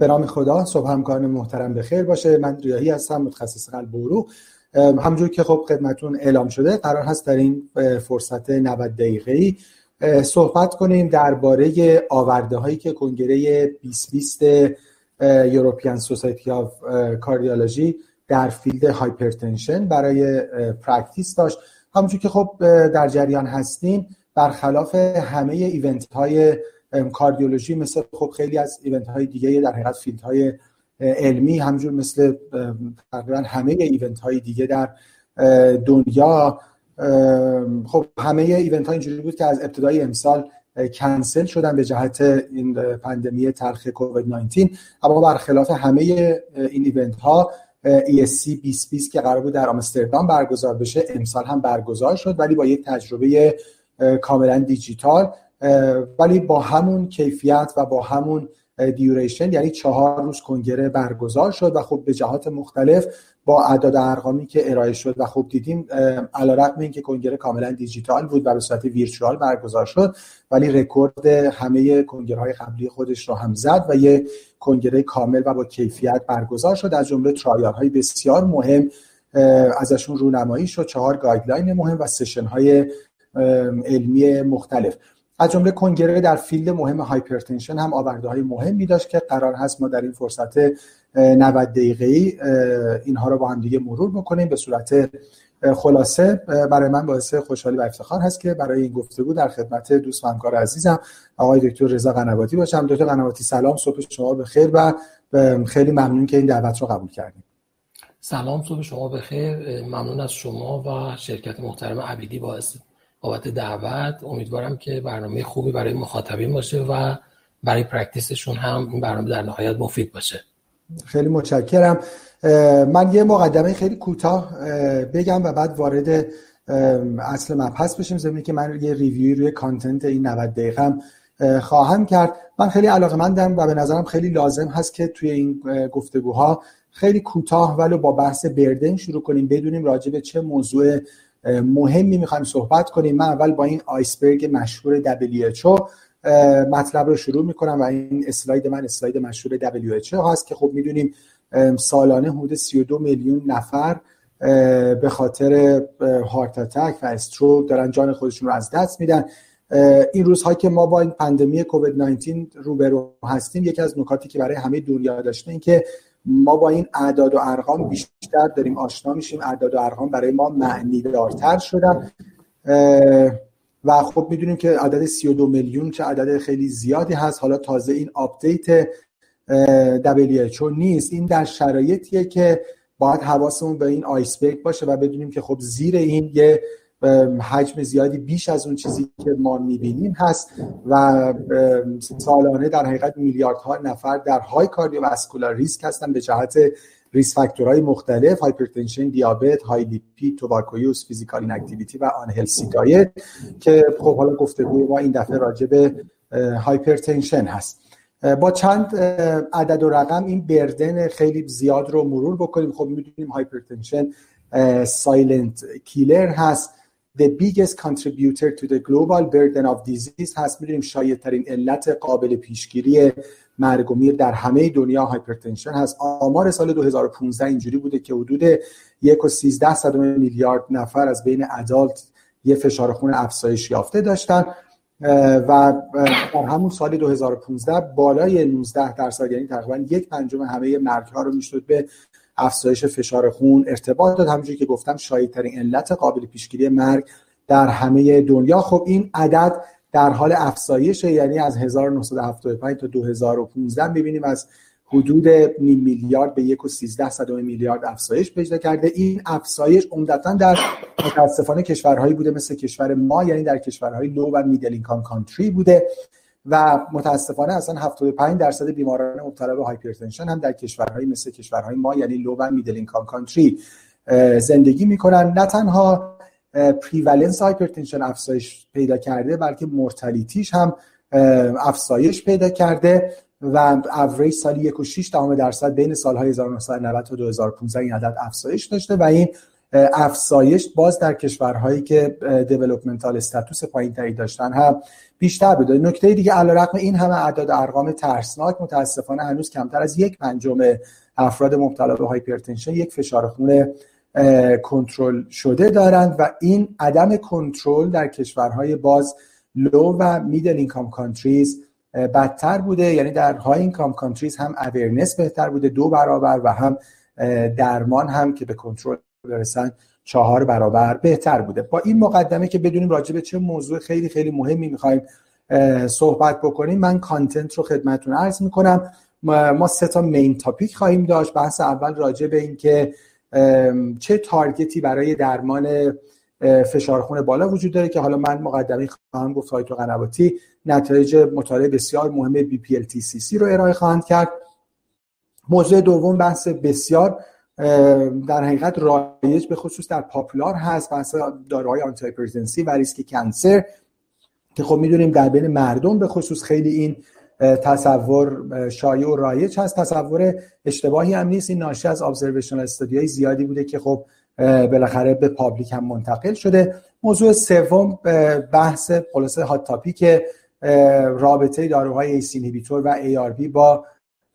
به نام خدا. صبح همکاران محترم بخیر باشه. من ریاحی هستم، متخصص قلب و عروق. همونجور که خب خدمتتون اعلام شده قرار هست در این فرصت 90 دقیقه‌ای صحبت کنیم درباره آورده‌هایی که کنگره 2020 یوروپیان سوسایتی آف کاردیولوژی در فیلد هایپرتنشن برای پرکتیس داشت. همونجور که خب در جریان هستیم، برخلاف همه ایونت‌های کاردیولوژی مثل خب خیلی از ایونت‌های دیگه در حقیقت فیلدهای علمی، همونجور مثل تقریبا همه ایونت‌های دیگه در دنیا، خب همه ایونت‌ها اینجوری بود که از ابتدای امسال کنسل شدن به جهت این پاندمی تلخ کووید 19. اما برخلاف همه این ایونت‌ها ESC 2020 که قرار بود در آمستردام برگزار بشه امسال هم برگزار شد، ولی با یک تجربه کاملا دیجیتال، ولی با همون کیفیت و با همون دیوریشن، یعنی 4 روز کنگره برگزار شد و خب به جهات مختلف با اعداد ارقامی که ارائه شد و خب دیدیم علیرغم اینکه کنگره کاملا دیجیتال بود و به صورت ویرچوال برگزار شد، ولی رکورد همه کنگره‌های قبلی خودش رو هم زد و یه کنگره کامل و با کیفیت برگزار شد. از جمله ترایل‌های بسیار مهم ازشون رونمایی شد، 4 گایدلاین مهم و سشن‌های علمی مختلف. از جمله کنگره در فیلد مهم هایپرتنشن هم آورده‌های مهمی داشت که قرار هست ما در این فرصت 90 دقیقه‌ای اینها رو با هم دیگه مرور بکنیم. به صورت خلاصه برای من باعث خوشحالی و افتخار هست که برای این گفتگو در خدمت دوست و همکار عزیزم آقای دکتر رضا قنواتی باشم. دکتر قنواتی سلام، صبح شما بخیر و خیلی ممنون که این دعوت رو قبول کردید. سلام، صبح شما بخیر. ممنون از شما و شرکت محترم عبیدی بابت دعوت. امیدوارم که برنامه خوبی برای مخاطبین باشه و برای پرکتیسشون هم این برنامه در نهایت مفید باشه. خیلی متشکرم. من یه مقدمه خیلی کوتاه بگم و بعد وارد اصل مبحث بشیم، زمینی که من یه ریویوی روی کانتنت این 90 دقیقه هم خواهم کرد. من خیلی علاقه‌مندم و به نظرم خیلی لازم هست که توی این گفتگوها خیلی کوتاه ولی با بحث بردن شروع کنیم، بدونیم راجع به چه موضوع مهمی میخوایم صحبت کنیم. من اول با این آیسبرگ مشهور WHO مطلب رو شروع میکنم و این اسلاید من اسلاید مشهور WHO هست که خب میدونیم سالانه حدود 32 میلیون نفر به خاطر هارت اتک و استروک دارن جان خودشون رو از دست میدن. این روزها که ما با این پاندمی کووید 19 روبرو هستیم، یکی از نکاتی که برای همه دنیا داشته این که ما با این اعداد و ارقام بیشتر داریم آشنا میشیم، اعداد و ارقام برای ما معنی دارتر شدن و خب میدونیم که عدد 32 میلیون چه عدد خیلی زیادی هست. حالا تازه این آپدیت WHO نیست، این در شرایطیه که باید حواسمون به این آیسبرگ باشه و بدونیم که خب زیر این یه حجم زیادی بیش از اون چیزی که ما میبینیم هست و سالانه در حقیقت میلیاردها نفر در های کاردیوواسکولار ریسک هستن به جهت ریسک فاکتورهای مختلف، هایپرتنشن، دیابت، های لیپید، توباکو یوز، فیزیکال ایناکتیویتی و آن هلسی دایت، که خب حالا گفتگوی ما این دفعه راجع به هایپرتنشن هست. با چند عدد و رقم این بردن خیلی زیاد رو مرور بکنیم. خب میدونیم هایپرتنشن سایلنت کیلر هست، the biggest contributor to the global burden of disease هست. میدونیم شایع‌ترین علت قابل پیشگیری مرگ و میر در همه دنیا هایپرتنشن هست. آمار سال 2015 اینجوری بوده که حدود 1.13 میلیارد نفر از بین ادالت یه فشار خون افزایش یافته داشتن و در همون سال 2015 بالای 19%، یعنی تقریبا 1/5 همه مرگ‌ها رو میشد به افزایش فشار خون ارتباط داد. همونجوری که گفتم شایع‌ترین علت قابل پیشگیری مرگ در همه دنیا. خب این عدد در حال افزایشه، یعنی از 1975 تا 2015 می‌بینیم از حدود نیم میلیارد به 1.13 میلیارد افزایش پیدا کرده. این افزایش عمدتاً در متاسفانه کشورهایی بوده مثل کشور ما، یعنی در کشورهای لو و میدل اینکام کانتری بوده و متاسفانه اصلا 75% بیماران مبتلا به هایپرتنشن هم در کشورهایی مثل کشورهای ما، یعنی لو و میدل اینکام کانتری زندگی میکنن. نه تنها پریوالنس هایپرتنشن افزایش پیدا کرده، بلکه مورتالیتیش هم افزایش پیدا کرده و اوریج سالی 1.6% بین سالهای 1990 تا 2015 این عدد افزایش داشته و این افزایش باز در کشورهایی که دیولپمنتال استاتوس پایینتری داشتن هم بیشتر بوده. نکته دیگه علیرغم این همه اعداد ارقام ترسناک، متاسفانه هنوز کمتر از 1/5 افراد مبتلا به هایپرتنشن یک فشار خون کنترل شده دارند و این عدم کنترل در کشورهای باز لو و میدل اینکام کانتریز بدتر بوده. یعنی در های اینکام کانتریز هم اویرنس بهتر بوده 2 برابر و هم درمان هم که به کنترل برسن 4 برابر بهتر بوده. با این مقدمه که بدونیم راجع به چه موضوع خیلی خیلی مهمی میخوایم صحبت بکنیم، من کانتنت رو خدمتتون عرض میکنم. ما 3 مین تاپیک خواهیم داشت. بحث اول راجع به این که چه تارگتی برای درمان فشار خون بالا وجود داره که حالا من مقدمه خواهم گفت، آقای قنواتی نتایج مطالعه بسیار مهم BPLTCC رو ارائه خواهند کرد. موضوع دوم بحث بسیار در حقیقت رایج به خصوص در پاپولار هست، بحث داروهای آنتی هایپرتنسیو و ریسک کنسر که خب میدونیم در بین مردم به خصوص خیلی این تصور شایع و رایج هست. تصور اشتباهی هم نیست، این ناشی از ابزرویشنال استادیای زیادی بوده که خب بالاخره به پابلیک هم منتقل شده. موضوع سوم بحث خلاصه هات تاپیک رابطه داروهای ایس اینهیبیتور و ARB با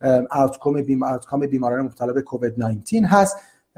آوتکام بیماران مبتلا به کووید 19 هست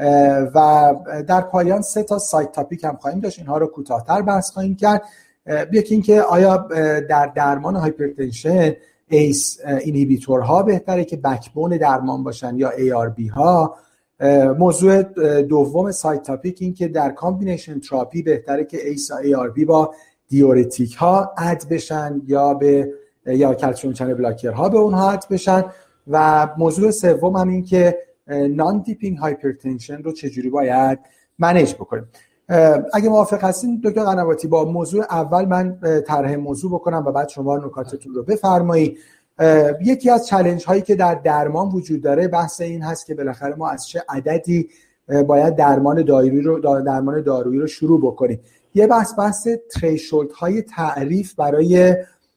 و در پایان 3 سایت تاپیک هم خواهیم داشت. اینها رو کوتاه‌تر بحث خواهیم کرد. یکی این که آیا در درمان هایپرتنشن ایس اینهیبیتورها بهتره که بکبون درمان باشن یا ARB ها. موضوع دوم سایت تاپیک این که در کامبینیشن تراپی بهتره که ایس ARB با دیورتیک ها اد بشن یا کلسیم چنل بلاکر ها به اونها اد بشن. و موضوع سوم هم این که نان دیپینگ هایپرتنشن رو چجوری باید منیج بکنیم. اگه موافق هستین دکتر قنواتی با موضوع اول من طرح موضوع بکنم و بعد شما نکاتتون رو بفرمایید. یکی از چالش هایی که در درمان وجود داره بحث این هست که بالاخره ما از چه عددی باید درمان دارویی رو شروع بکنیم. یه بحث تریشولد های تعریف برای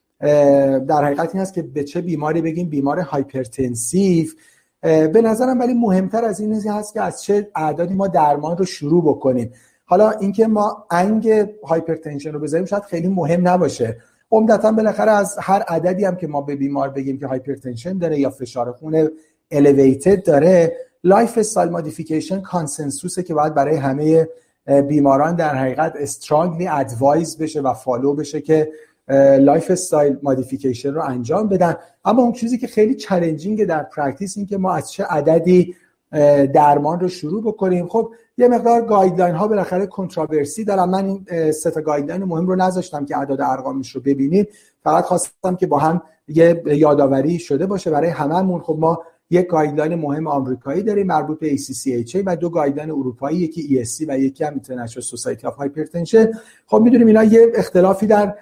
در حقیقت این هست که به چه بیماری بگیم بیمار هایپرتنسیو. به نظرم ولی مهمتر از این هست که از چه اعدادی ما درمان رو شروع بکنیم. حالا اینکه ما انگ هایپرتنشن رو بذاریم شاید خیلی مهم نباشه. عمدتاً بالاخره از هر عددی هم که ما به بیمار بگیم که هایپرتنشن داره یا فشار خون الیویتد داره، لایف استایل مودیفیکیشن کانسنسوسه که باید برای همه بیماران در حقیقت استرانگلی ادوایز بشه و فالو بشه که لایف استایل مودیفیکیشن رو انجام بدن. اما اون چیزی که خیلی چالنجینگ در پرکتیس این که ما از چه عددی درمان رو شروع بکنیم. خب یه مقدار گایدلاین ها بالاخره کنتراورسی دارن. من این 3 گایدلاین مهم رو نذاشتم که اعداد ارقامش رو ببینید، فقط خواستم که با هم یه یادآوری شده باشه برای هممون. خب ما یک گایدلاین مهم آمریکایی داریم مربوط به ACCHA و 2 گایدلاین اروپایی، یکی ESC و یکی هم اینترنشنال سوسایتی آف هایپرتنشن. خب میدونیم اینا یه اختلافی در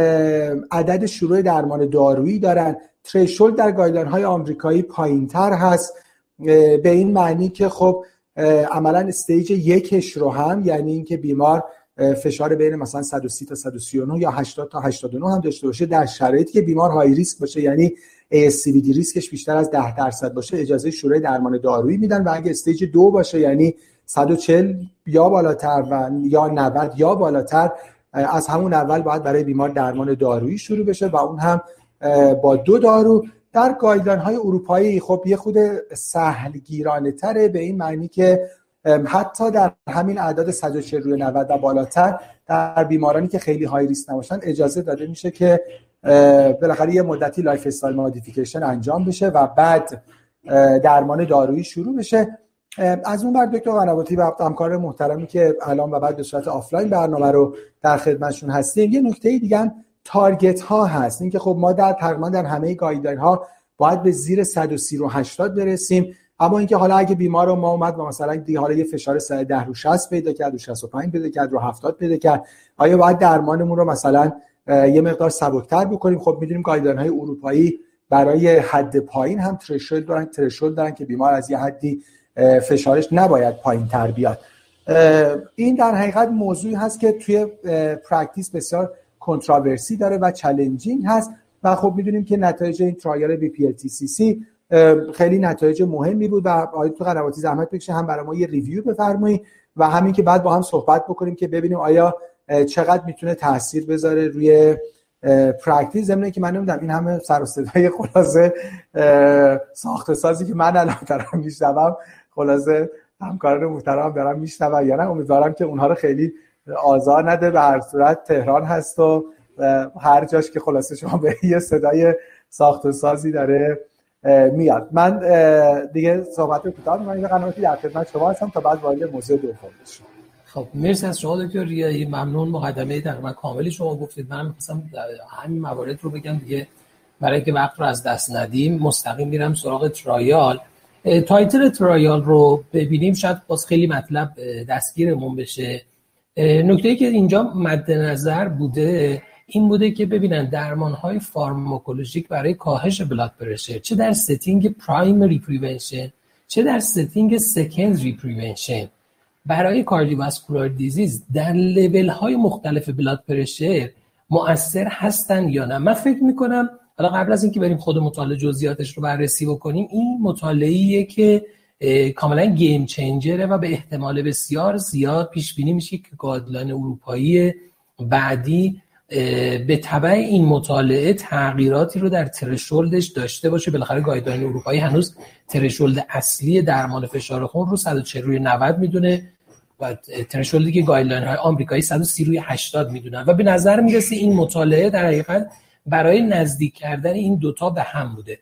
عدد شروع درمان دارویی دارن. تریشولد در گایدلاین های آمریکایی پایین‌تر هست به این معنی که خب عملاً استیج 1 رو هم، یعنی اینکه بیمار فشار بین مثلا 130 تا 139 یا 80 تا 89 هم داشته باشه در شرایطی که بیمار های ریسک باشه، یعنی ASCVD ریسکش بیشتر از 10% باشه، اجازه شروع درمان دارویی میدن. و اگه استیج 2 باشه یعنی 140 یا بالاتر و یا 90 یا بالاتر، از همون اول باید برای بیمار درمان دارویی شروع بشه و اون هم با 2 دارو. در گایدلاین های اروپایی خب یه خود سهلگیرانه تره به این معنی که حتی در همین اعداد 140 روی 90 و بالاتر در بیمارانی که خیلی های ریسک نباشن اجازه داده میشه که بالاخره یه مدتی لایف استایل مودیفیکیشن انجام بشه و بعد درمان دارویی شروع بشه. از اون بر دکتر قنواتی و همکار محترمی که الان و بعد به صورت آفلاین برنامه رو در خدمتشون هستیم، یه نکته دیگه هم تارگت ها هست. این که خب ما تقریبا در همه گایدلاین ها باید به زیر 130 رو 80 برسیم، اما اینکه حالا اگه بیمار رو ما اومد و مثلا دیگه حالا یه فشار 110 رو 60 پیدا کرد، رو 65 پیدا کرد، رو 70 پیدا کرد، آیا باید درمانمون رو مثلا یه مقدار سبکتر بکنیم؟ خب می‌دونیم گایدلاین های اروپایی برای حد پایین هم ترشولد دارن که بیمار از یه حدی فشارش نباید پایین‌تر بیاد. این در حقیقت موضوعی هست که توی پرکتیس بسیار کنتراورسی داره و چالنجینگ هست و خب می‌دونیم که نتایج این ترایل BPLTCC خیلی نتایج مهمی بود و آقای قنواتی زحمت بکشه هم برای ما یه ریویو بفرمایید و همین که بعد با هم صحبت بکنیم که ببینیم آیا چقدر میتونه تاثیر بذاره روی پرکتیس. ضمن که من نمیدونم این همه سر و صدای خلاصه ساخت سازی که من الان دارم میشنوم، خلاصه همکاران محترم دارم میشنوم یا نه، امیدوارم که اونها رو خیلی آزار نده. به هر صورت تهران هست و هر جاش که خلاصه شما به یه صدای ساخت سازی داره میاد. من دیگه صحبت رو کوتاه می‌کنم، قناتی در خدمت شما هستم تا بعد وارد موضوع دوم بشیم. خب مرسی از شما دکتر ریایی، ممنون. مقدمه تقریبا کاملی شما گفتید. من می‌خواستم همین موارد رو بگم دیگه برای اینکه وقت رو از دست ندیم. مستقیم میرم سراغ ترایال. تایتل ترایال رو ببینیم شاید باز خیلی مطلب دستگیرمون بشه. نکته‌ای که اینجا مد نظر بوده این بوده که ببینن درمان‌های فارماکولوژیک برای کاهش بلاد پرشر، چه در ستینگ پرایمری پریونشن چه در ستینگ سکندری پریونشن، برای کاردیوواسکولار دیزیز در لول‌های مختلف بلاد پرشر مؤثر هستن یا نه. من فکر می‌کنم حالا قبل از اینکه بریم خود مطالعه جزئیاتش رو بررسی بکنیم، این مطالعه‌ایه که کاملا گیم چنجره و به احتمال بسیار زیاد پیش بینی میشه که گایدلاین اروپایی بعدی به تبع این مطالعه تغییراتی رو در ترشولدش داشته باشه. بالاخره گایدلاین اروپایی هنوز ترشولد اصلی درمان فشار خون رو 140 روی 90 میدونه و ترشولدی که گایدلاین های آمریکایی 130 روی 80 میدونن و به نظر میرسه این مطالعه در حقیقت برای نزدیک کردن این دوتا به هم بوده.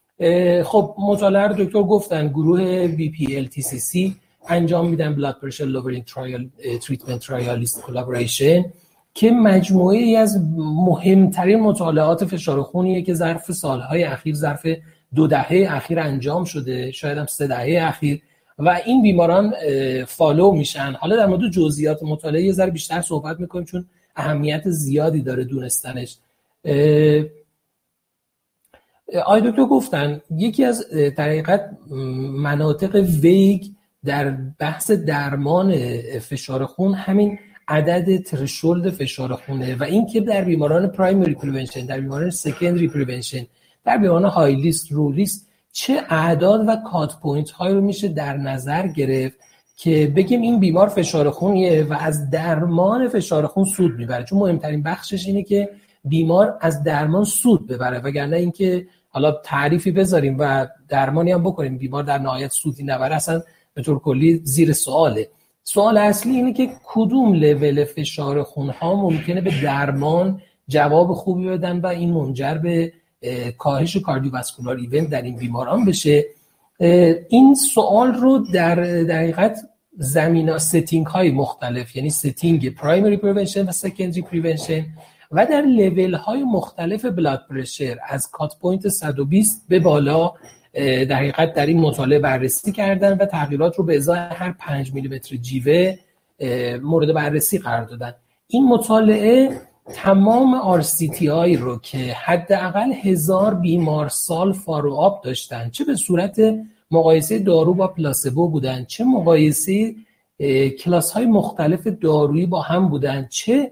خب مطالعه رو دکتر گفتن گروه BPLTCC انجام میدن بلاد پرشر لوورینگ ترایال تریتمنت ترایالیست کلابوریشن که مجموعه ای از مهمترین مطالعات فشار خونیه که ظرف سالهای اخیر، ظرف 2 دهه اخیر انجام شده، شاید هم 3 دهه اخیر، و این بیماران فالو میشن. حالا در مورد جزئیات مطالعه یه ذره بیشتر صحبت میکنیم چون اهمیت زیادی داره دونستنش. آقای دکتر گفتن یکی از در حقیقت مناطق ویگ در بحث درمان فشار خون همین عدد ترشولد فشار خونه و این که در بیماران پرایمری پریونشن، در بیماران سکندری پریونشن، در بیماران های لیست رو لیست چه اعداد و کات پوینت های رو میشه در نظر گرفت که بگیم این بیمار فشار خونیه و از درمان فشار خون سود میبره. چون مهمترین بخشش اینه که بیمار از درمان سود ببره، وگرنه اینکه حالا تعریفی بذاریم و درمانی هم بکنیم بیمار در نهایت سودی نبره اصلا به طور کلی زیر سواله. سوال اصلی اینه که کدوم لول فشار خونها ممکنه به درمان جواب خوبی بدن و این منجر به کاهش کاردیوواسکولار ایونت در این بیماران بشه. این سوال رو در حقیقت زمینه ستینگ های مختلف، یعنی ستینگ پرایمری پریونشن و سکندری پریونشن و در لیول های مختلف بلاد پرشر از کات پوینت 120 به بالا در حقیقت در این مطالعه بررسی کردن و تغییرات رو به ازای هر 5 میلیمتر جیوه مورد بررسی قرار دادن. این مطالعه تمام RCT هایی رو که حداقل 1000 بیمار سال فالوآپ داشتن، چه به صورت مقایسه دارو با پلاسبو بودن، چه مقایسه کلاس های مختلف دارویی با هم بودن، چه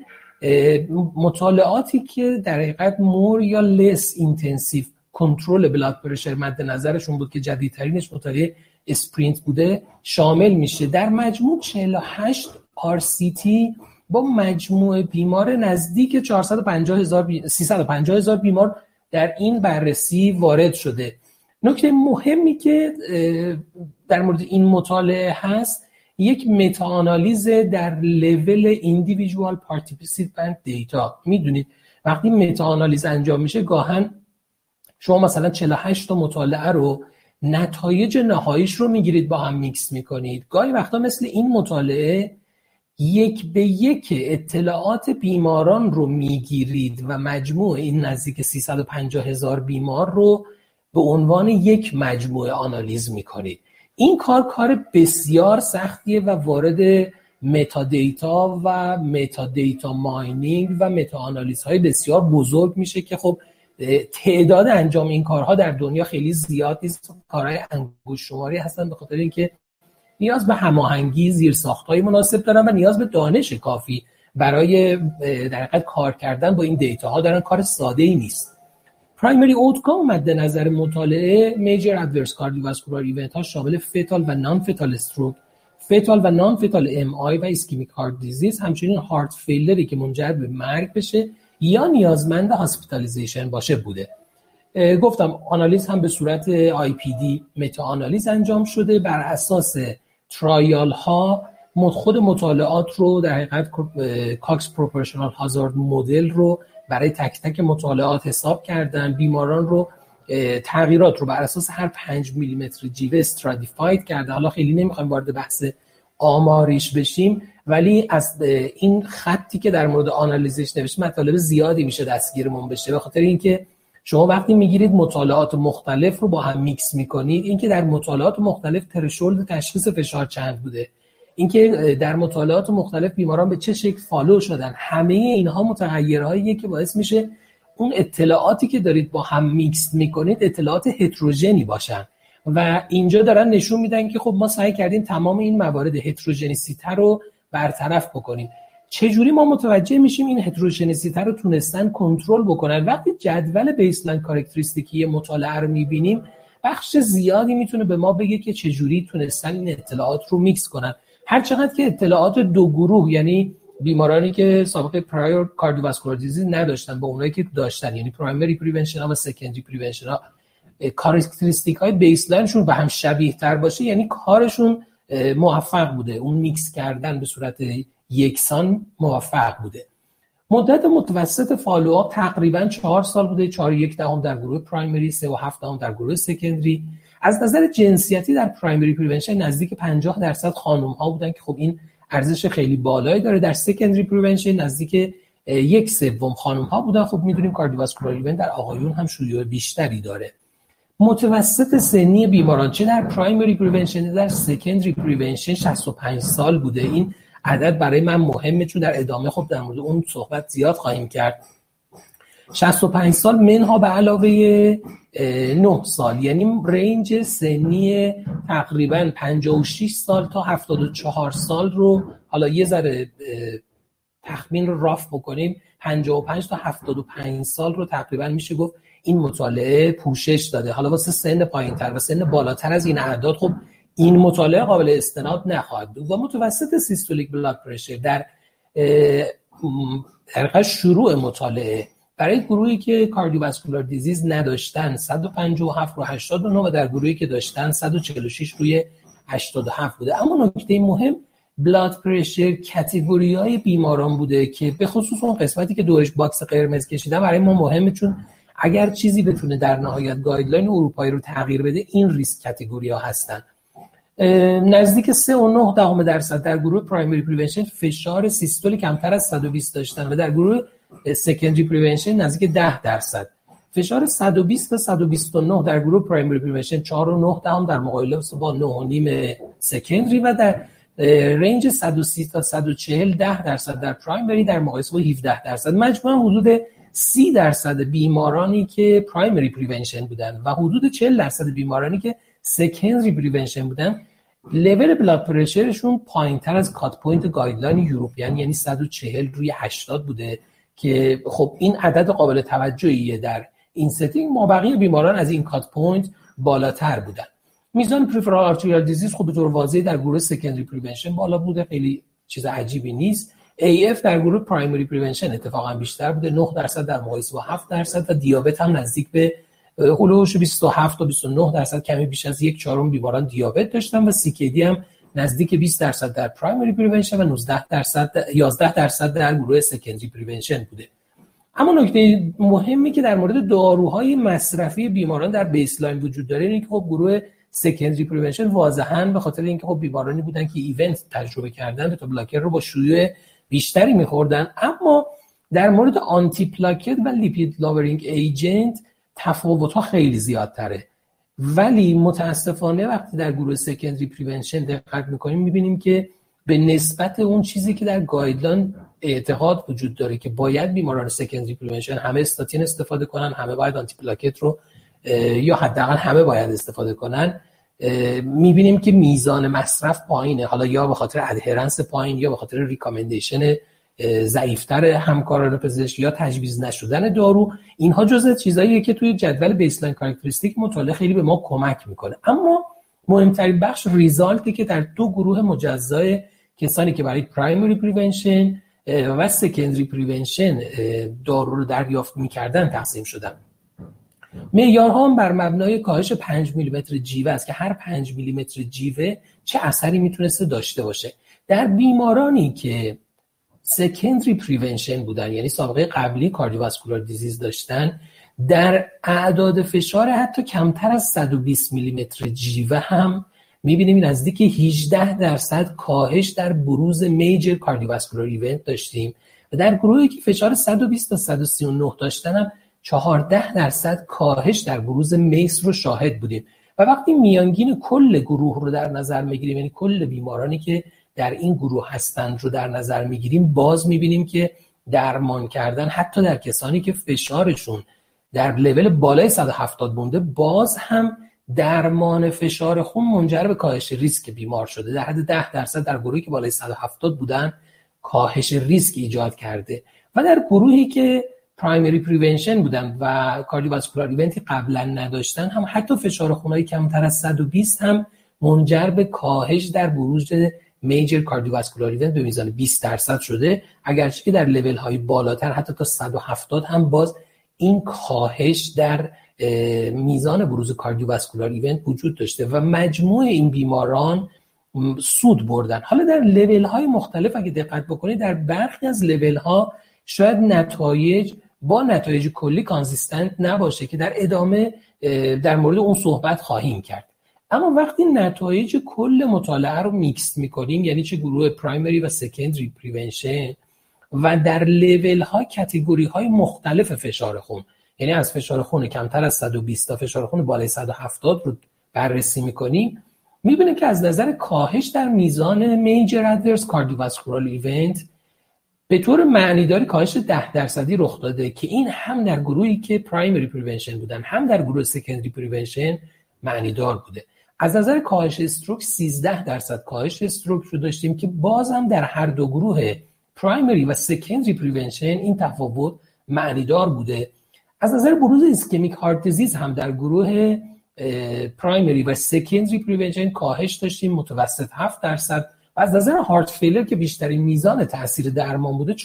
مطالعاتی که در حقیقت مور یا لس اینتنسیو کنترل بلاد پرشر مد نظرشون بود که جدیدترینش مطالعه اسپرینت بوده شامل میشه. در مجموع 48 RCT با مجموع بیمار نزدیک 350,000 بیمار در این بررسی وارد شده. نکته مهمی که در مورد این مطالعه هست یک متاآنالیز در لول ایندیویدوال پارتیسیپنت دیتا. میدونید وقتی متاآنالیز انجام میشه گاهن شما مثلا 48 تا مطالعه رو نتایج نهاییش رو میگیرید با هم میکس میکنید. گاهی وقتا مثل این مطالعه 1 به 1 اطلاعات بیماران رو میگیرید و مجموع این نزدیک 350,000 بیمار رو به عنوان یک مجموعه آنالیز میکنید. این کار بسیار سختیه و وارد متا دیتا و متا دیتا ماینینگ و متا آنالیز های بسیار بزرگ میشه که خب تعداد انجام این کارها در دنیا خیلی زیاد نیست. کارهای انگشت شماری هستن به خاطر اینکه نیاز به هماهنگی زیرساخت‌های مناسب دارن و نیاز به دانش کافی برای در حقیقت کار کردن با این دیتاها دارن. کار ساده‌ای نیست. پرایمری اوتکام مد نظر مطالعه میجر ادورس کاردیوواسکولار ایونت ها شامل فتال و نان فتال استروک، فتال و نان فتال ام آی و اسکیمیک هارت دیزیز، همچنین هارت فیلری که منجر به مرگ بشه یا نیازمند هاسپیتالیزیشن باشه بوده. گفتم آنالیز هم به صورت IPD متا آنالیز انجام شده. بر اساس ترایال ها خود مطالعات رو در حقیقت کاکس پروپورشنال هازارد مدل رو برای تک تک مطالعات حساب کردن. بیماران رو تغییرات رو بر اساس هر 5 میلیمتر جیوه استراتیفاید کرده. حالا خیلی نمیخوایم وارد بحث آماریش بشیم، ولی از این خطی که در مورد آنالیزش نوشته مطالب زیادی میشه دستگیرمون بشه، به خاطر اینکه شما وقتی میگیرید مطالعات مختلف رو با هم میکس میکنید، اینکه در مطالعات مختلف ترشولد تشخیص فشار چند بوده، اینکه در مطالعات مختلف بیماران به چه شکل فالو شدن، همه اینها متغیرهاییه که باعث میشه اون اطلاعاتی که دارید با هم میکس میکنید اطلاعات هتروژنی باشن و اینجا دارن نشون میدن که خب ما سعی کردیم تمام این موارد هتروژنیسیته رو برطرف بکنیم. چجوری ما متوجه میشیم این هتروژنیسیته رو تونستن کنترل بکنن؟ وقتی جدول بیسلاین کاراکتریستیکی مطالعه رو میبینیم، بخش زیادی میتونه به ما بگه که چجوری تونستن این اطلاعات رو میکس کنن. هر چقدر که اطلاعات دو گروه، یعنی بیمارانی که سابقه پرایور کاردیوواسکولار دیزیز نداشتن با اونایی که داشتن، یعنی پرایمری پریونشن ها و سکندری پریونشن ها، کاراکتریستیک های بیسلاینشون به هم شبیه تر باشه، یعنی کارشون موفق بوده، اون میکس کردن به صورت یکسان موفق بوده. مدت متوسط فالوآپ تقریبا 4 سال بوده، 4.1 در گروه پرایمری، 3.7 در گروه سکندری. از نظر جنسیتی در پرایمری پریونشن نزدیک 50% خانم ها بودن که خب این ارزش خیلی بالایی داره. در سکندری پریونشن نزدیک 1/3 خانم ها بودن. خب میدونیم کاردیوواسکولار ایونت در آقایون هم شیوع بیشتری داره. متوسط سنی بیماران چه در پرایمری پریونشن در سکندری پریونشن 65 سال بوده. این عدد برای من مهمه چون در ادامه خب در مورد اون صحبت زیاد خواهیم کرد. 65 سال منها به علاوه 9 سال، یعنی رنج سنی تقریبا 56 سال تا 74 سال رو حالا یه ذره تخمین رو راف بکنیم، 55 تا 75 سال رو تقریبا میشه گفت این مطالعه پوشش داده. حالا واسه سن پایین‌تر و سن بالاتر از این اعداد خب این مطالعه قابل استناد نخواهد بود. و متوسط سیستولیک بلاد پرشر در شروع مطالعه برای گروهی که کاردیوواسکولار دیزیز نداشتن 157 رو 89 و در گروهی که داشتن 146 روی 87 بوده. اما نکته مهم بلاد پرشر کاتگوری‌های بیماران بوده که به خصوص اون قسمتی که دورش باکس قرمز کشیدن برای ما مهمه، چون اگر چیزی بتونه در نهایت گایدلاین اروپایی رو تغییر بده این ریسک کاتگوری‌ها هستن. نزدیک 3.9% در گروه پرایمری پریونشن فشار سیستولی کمتر از 120 داشتن و در گروه سکندری پریونشن نزدیک 10%. فشار 120 تا 129 در گروه پرایمری پریونشن 4.9 در مقایسه با 9.5 سکندری و در رنج 130 تا 140 10% در پرایمری در مقایسه با 17%. مجموعاً حدود 30% بیمارانی که پرایمری پریونشن بودن و حدود 40% بیمارانی که سکندری پریونشن بودن لول بلاد پرشرشون پایینتر از کات پوینت گایدلاین یوروپیان یعنی 140 روی 80 بوده که خب این عدد قابل توجهیه در این ستینگ. ما بقیه بیماران از این کات پوینت بالاتر بودن. میزان پریفرال آرتریال دیزیز خب به طور واضحی در گروه سکندری پریونشن بالا بوده، خیلی چیز عجیبی نیست. AF در گروه پرایمری پریونشن اتفاقا بیشتر بوده 9% در مقایسه با 7% و دیابت هم نزدیک به هولوش 27 تا 29%، کمی بیش از 1/4 بیماران دیابت داشتن و CKD هم نزدیک 20% در پرایمری پریونشن و 11% در گروه سکندری پریونشن بوده. اما نکته مهمی که در مورد داروهای مصرفی بیماران در بیسلاین وجود داره اینه که خب گروه سکندری پریونشن واضحاً به خاطر اینکه خب بیمارانی بودن که ایونت تجربه کردن بتا بلاکر رو با شیوع بیشتری می‌خوردن، اما در مورد آنتی پلاکت و لیپید لاورینگ ایجنت تفاوت‌ها خیلی زیادتره. ولی متاسفانه وقتی در گروه سکندری پریونشن دقت می‌کنیم می‌بینیم که به نسبت اون چیزی که در گایدلاین اعتقاد وجود داره که باید بیماران سکندری پریونشن همه استاتین استفاده کنن، همه باید آنتی پلاکت رو یا حداقل همه باید استفاده کنن، می‌بینیم که میزان مصرف پایینه، حالا یا به خاطر ادهرنس پایین یا به خاطر ریکامندیشن ضعیف‌تر همکاران پزشک یا تجویز نشدن دارو. اینها جزء چیزاییه که توی جدول بیسلاین کاراکتریستیک مطالعه خیلی به ما کمک میکنه. اما مهمترین بخش ریزالتی که در دو گروه مجزای کسانی که برای پرایمری پریونشن و سکندری پریونشن دارو رو دریافت می‌کردن تقسیم شدن. معیارها هم بر مبنای کاهش 5 میلیمتر جیوه است که هر 5 میلیمتر جیوه چه اثری میتونسته داشته باشه. در بیمارانی که سکندری پریونشن بودن، یعنی سابقه قبلی کاردیوواسکولار دیزیز داشتن، در اعداد فشار حتی کمتر از 120 میلیمتر جیوه هم میبینیم نزدیک 18% کاهش در بروز میجر کاردیوواسکولار ایونت داشتیم و در گروهی که فشار 120 تا 139 داشتن هم 14% کاهش در بروز میس رو شاهد بودیم. و وقتی میانگین کل گروه رو در نظر میگیریم، یعنی کل بیمارانی که در این گروه هستند رو در نظر میگیریم، باز میبینیم که درمان کردن حتی در کسانی که فشارشون در لول بالای 170 بونده، باز هم درمان فشار خون منجر به کاهش ریسک بیمار شده. در حد 10% در گروهی که بالای 170 بودن کاهش ریسک ایجاد کرده و در گروهی که پرایمری پریونشن بودن و کاردیوواسکولار ایونتی قبلا نداشتن هم حتی فشار خونای کمتر از 120 هم منجر به کاهش در بروز میجر کاردیوواسکولار ایونت به میزان 20% شده، اگرچه که در لول های بالاتر حتی تا 170 هم باز این کاهش در میزان بروز کاردیوواسکولار ایونت وجود داشته و مجموع این بیماران سود بردن. حالا در لول های مختلف اگه دقت بکنید، در برخی از لول ها شاید نتایج با نتایج کلی کانزیستنت نباشه که در ادامه در مورد اون صحبت خواهیم کرد. اما وقتی نتایج کل مطالعه رو میکس میکنیم، یعنی چه گروه پرایمری و سکندری پریونشن و در لول ها کاتگوری های مختلف فشار خون، یعنی از فشار خون کمتر از 120 تا فشار خون بالای 170 رو بررسی میکنیم، میبینیم که از نظر کاهش در میزان میجر ادورس کاردیوواسکولار ایونت به طور معنیداری کاهش 10% رخ داده که این هم در گروهی که پرایمری پریونشن بودن هم در گروه سکندری پریونشن معنیدار بوده. از نظر کاهش استروک 13% کاهش استروک رو داشتیم که بازم در هر دو گروه پرایمری و سکندری پریونشن این تفاوت معنیدار بوده. از نظر بروز ایسکمیک هارت دیزیز هم در گروه پرایمری و سکندری پریونشن کاهش داشتیم متوسط 7%. و از نظر هارت فیلر که بیشترین میزان تاثیر درمان بوده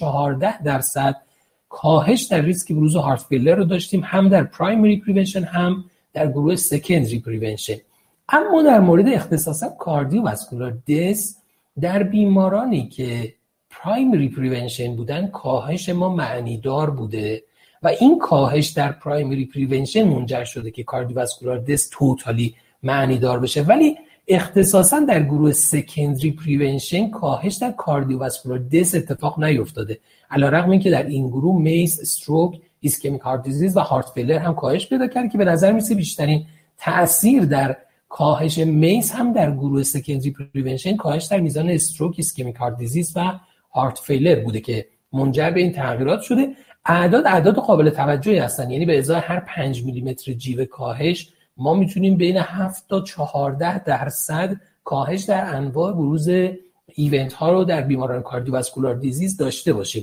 14% کاهش در ریسک بروز هارت فیلر رو داشتیم، هم در پرایمری پریونشن هم در گروه سکندری پریونشن. اما در مورد اختصاصا کاردیوواسکولار دث در بیمارانی که پرایمری پریونشن بودن کاهش ما معنیدار بوده و این کاهش در پرایمری پریونشن منجر شده که کاردیوواسکولار دث توتالی معنیدار بشه، ولی اختصاصا در گروه سکندری پریونشن کاهش در کاردیوواسکولار دث اتفاق نیفتاده، علیرغم اینکه در این گروه میس، استروک، ایسکمیک هارت دیزیز و هارت فیلر هم کاهش پیدا کرد که به نظر میسه بیشترین تأثیر در کاهش میس هم در گروه سکندری پریونشن کاهش در میزان استروک، ایسکمیک هارت دیزیز و هارت فیلر بوده که منجر به این تغییرات شده. اعداد قابل توجهی هستن، یعنی به ازای هر 5 میلیمتر جیوه کاهش ما میتونیم بین 7 تا 14% کاهش در انواع بروز ایونت ها رو در بیماران کاردیوواسکولار دیزیز داشته باشیم.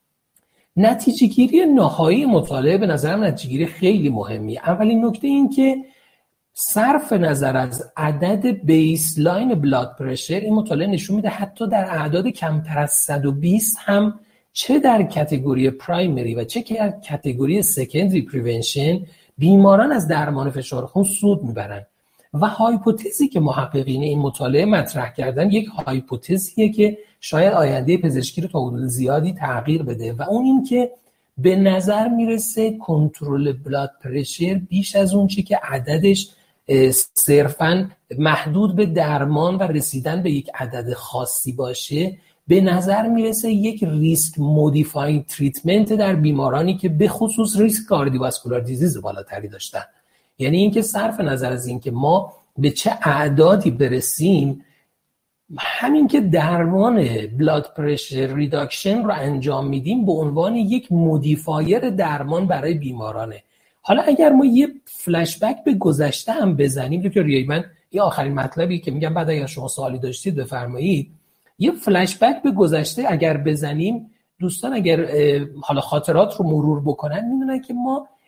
نتیجه گیری نهایی مطالعه به نظرم نتیجه گیری خیلی مهمیه. اولین نکته این که صرف نظر از عدد بیسلاین بلاد پرشر، این مطالعه نشون میده حتی در اعداد کمتر از 120 هم چه در کاتگوری پرایمری و چه در کاتگوری سکندری پریونشن بیماران از درمان فشار خون سود میبرن. و هایپوتزی که محققین این مطالعه مطرح کردن یک هایپوتزیه که شاید آینده پزشکی رو تا حدود زیادی تغییر بده و اون این که به نظر میرسه کنترل بلاد پرشر بیش از اون چی که عددش صرفاً محدود به درمان و رسیدن به یک عدد خاصی باشه، به نظر میرسه یک ریسک مودیفاینگ تریتمنت در بیمارانی که به خصوص ریسک کاردیوواسکولار دیزیز بالاتری داشتن. یعنی اینکه صرف نظر از اینکه ما به چه اعدادی برسیم، همین که درمان بلاد پرشر ریداکشن رو انجام میدیم به عنوان یک مودیفایر درمان برای بیمارانه. حالا اگر ما یه فلش بک به گذشته هم بزنیم، دکتر ریایمن این آخرین مطلبی که میگم بعد اگر شما سوالی داشتید بفرمایید، یه فلش بک به گذشته اگر بزنیم، دوستان اگر حالا خاطرات رو مرور بکنن میدونن که ما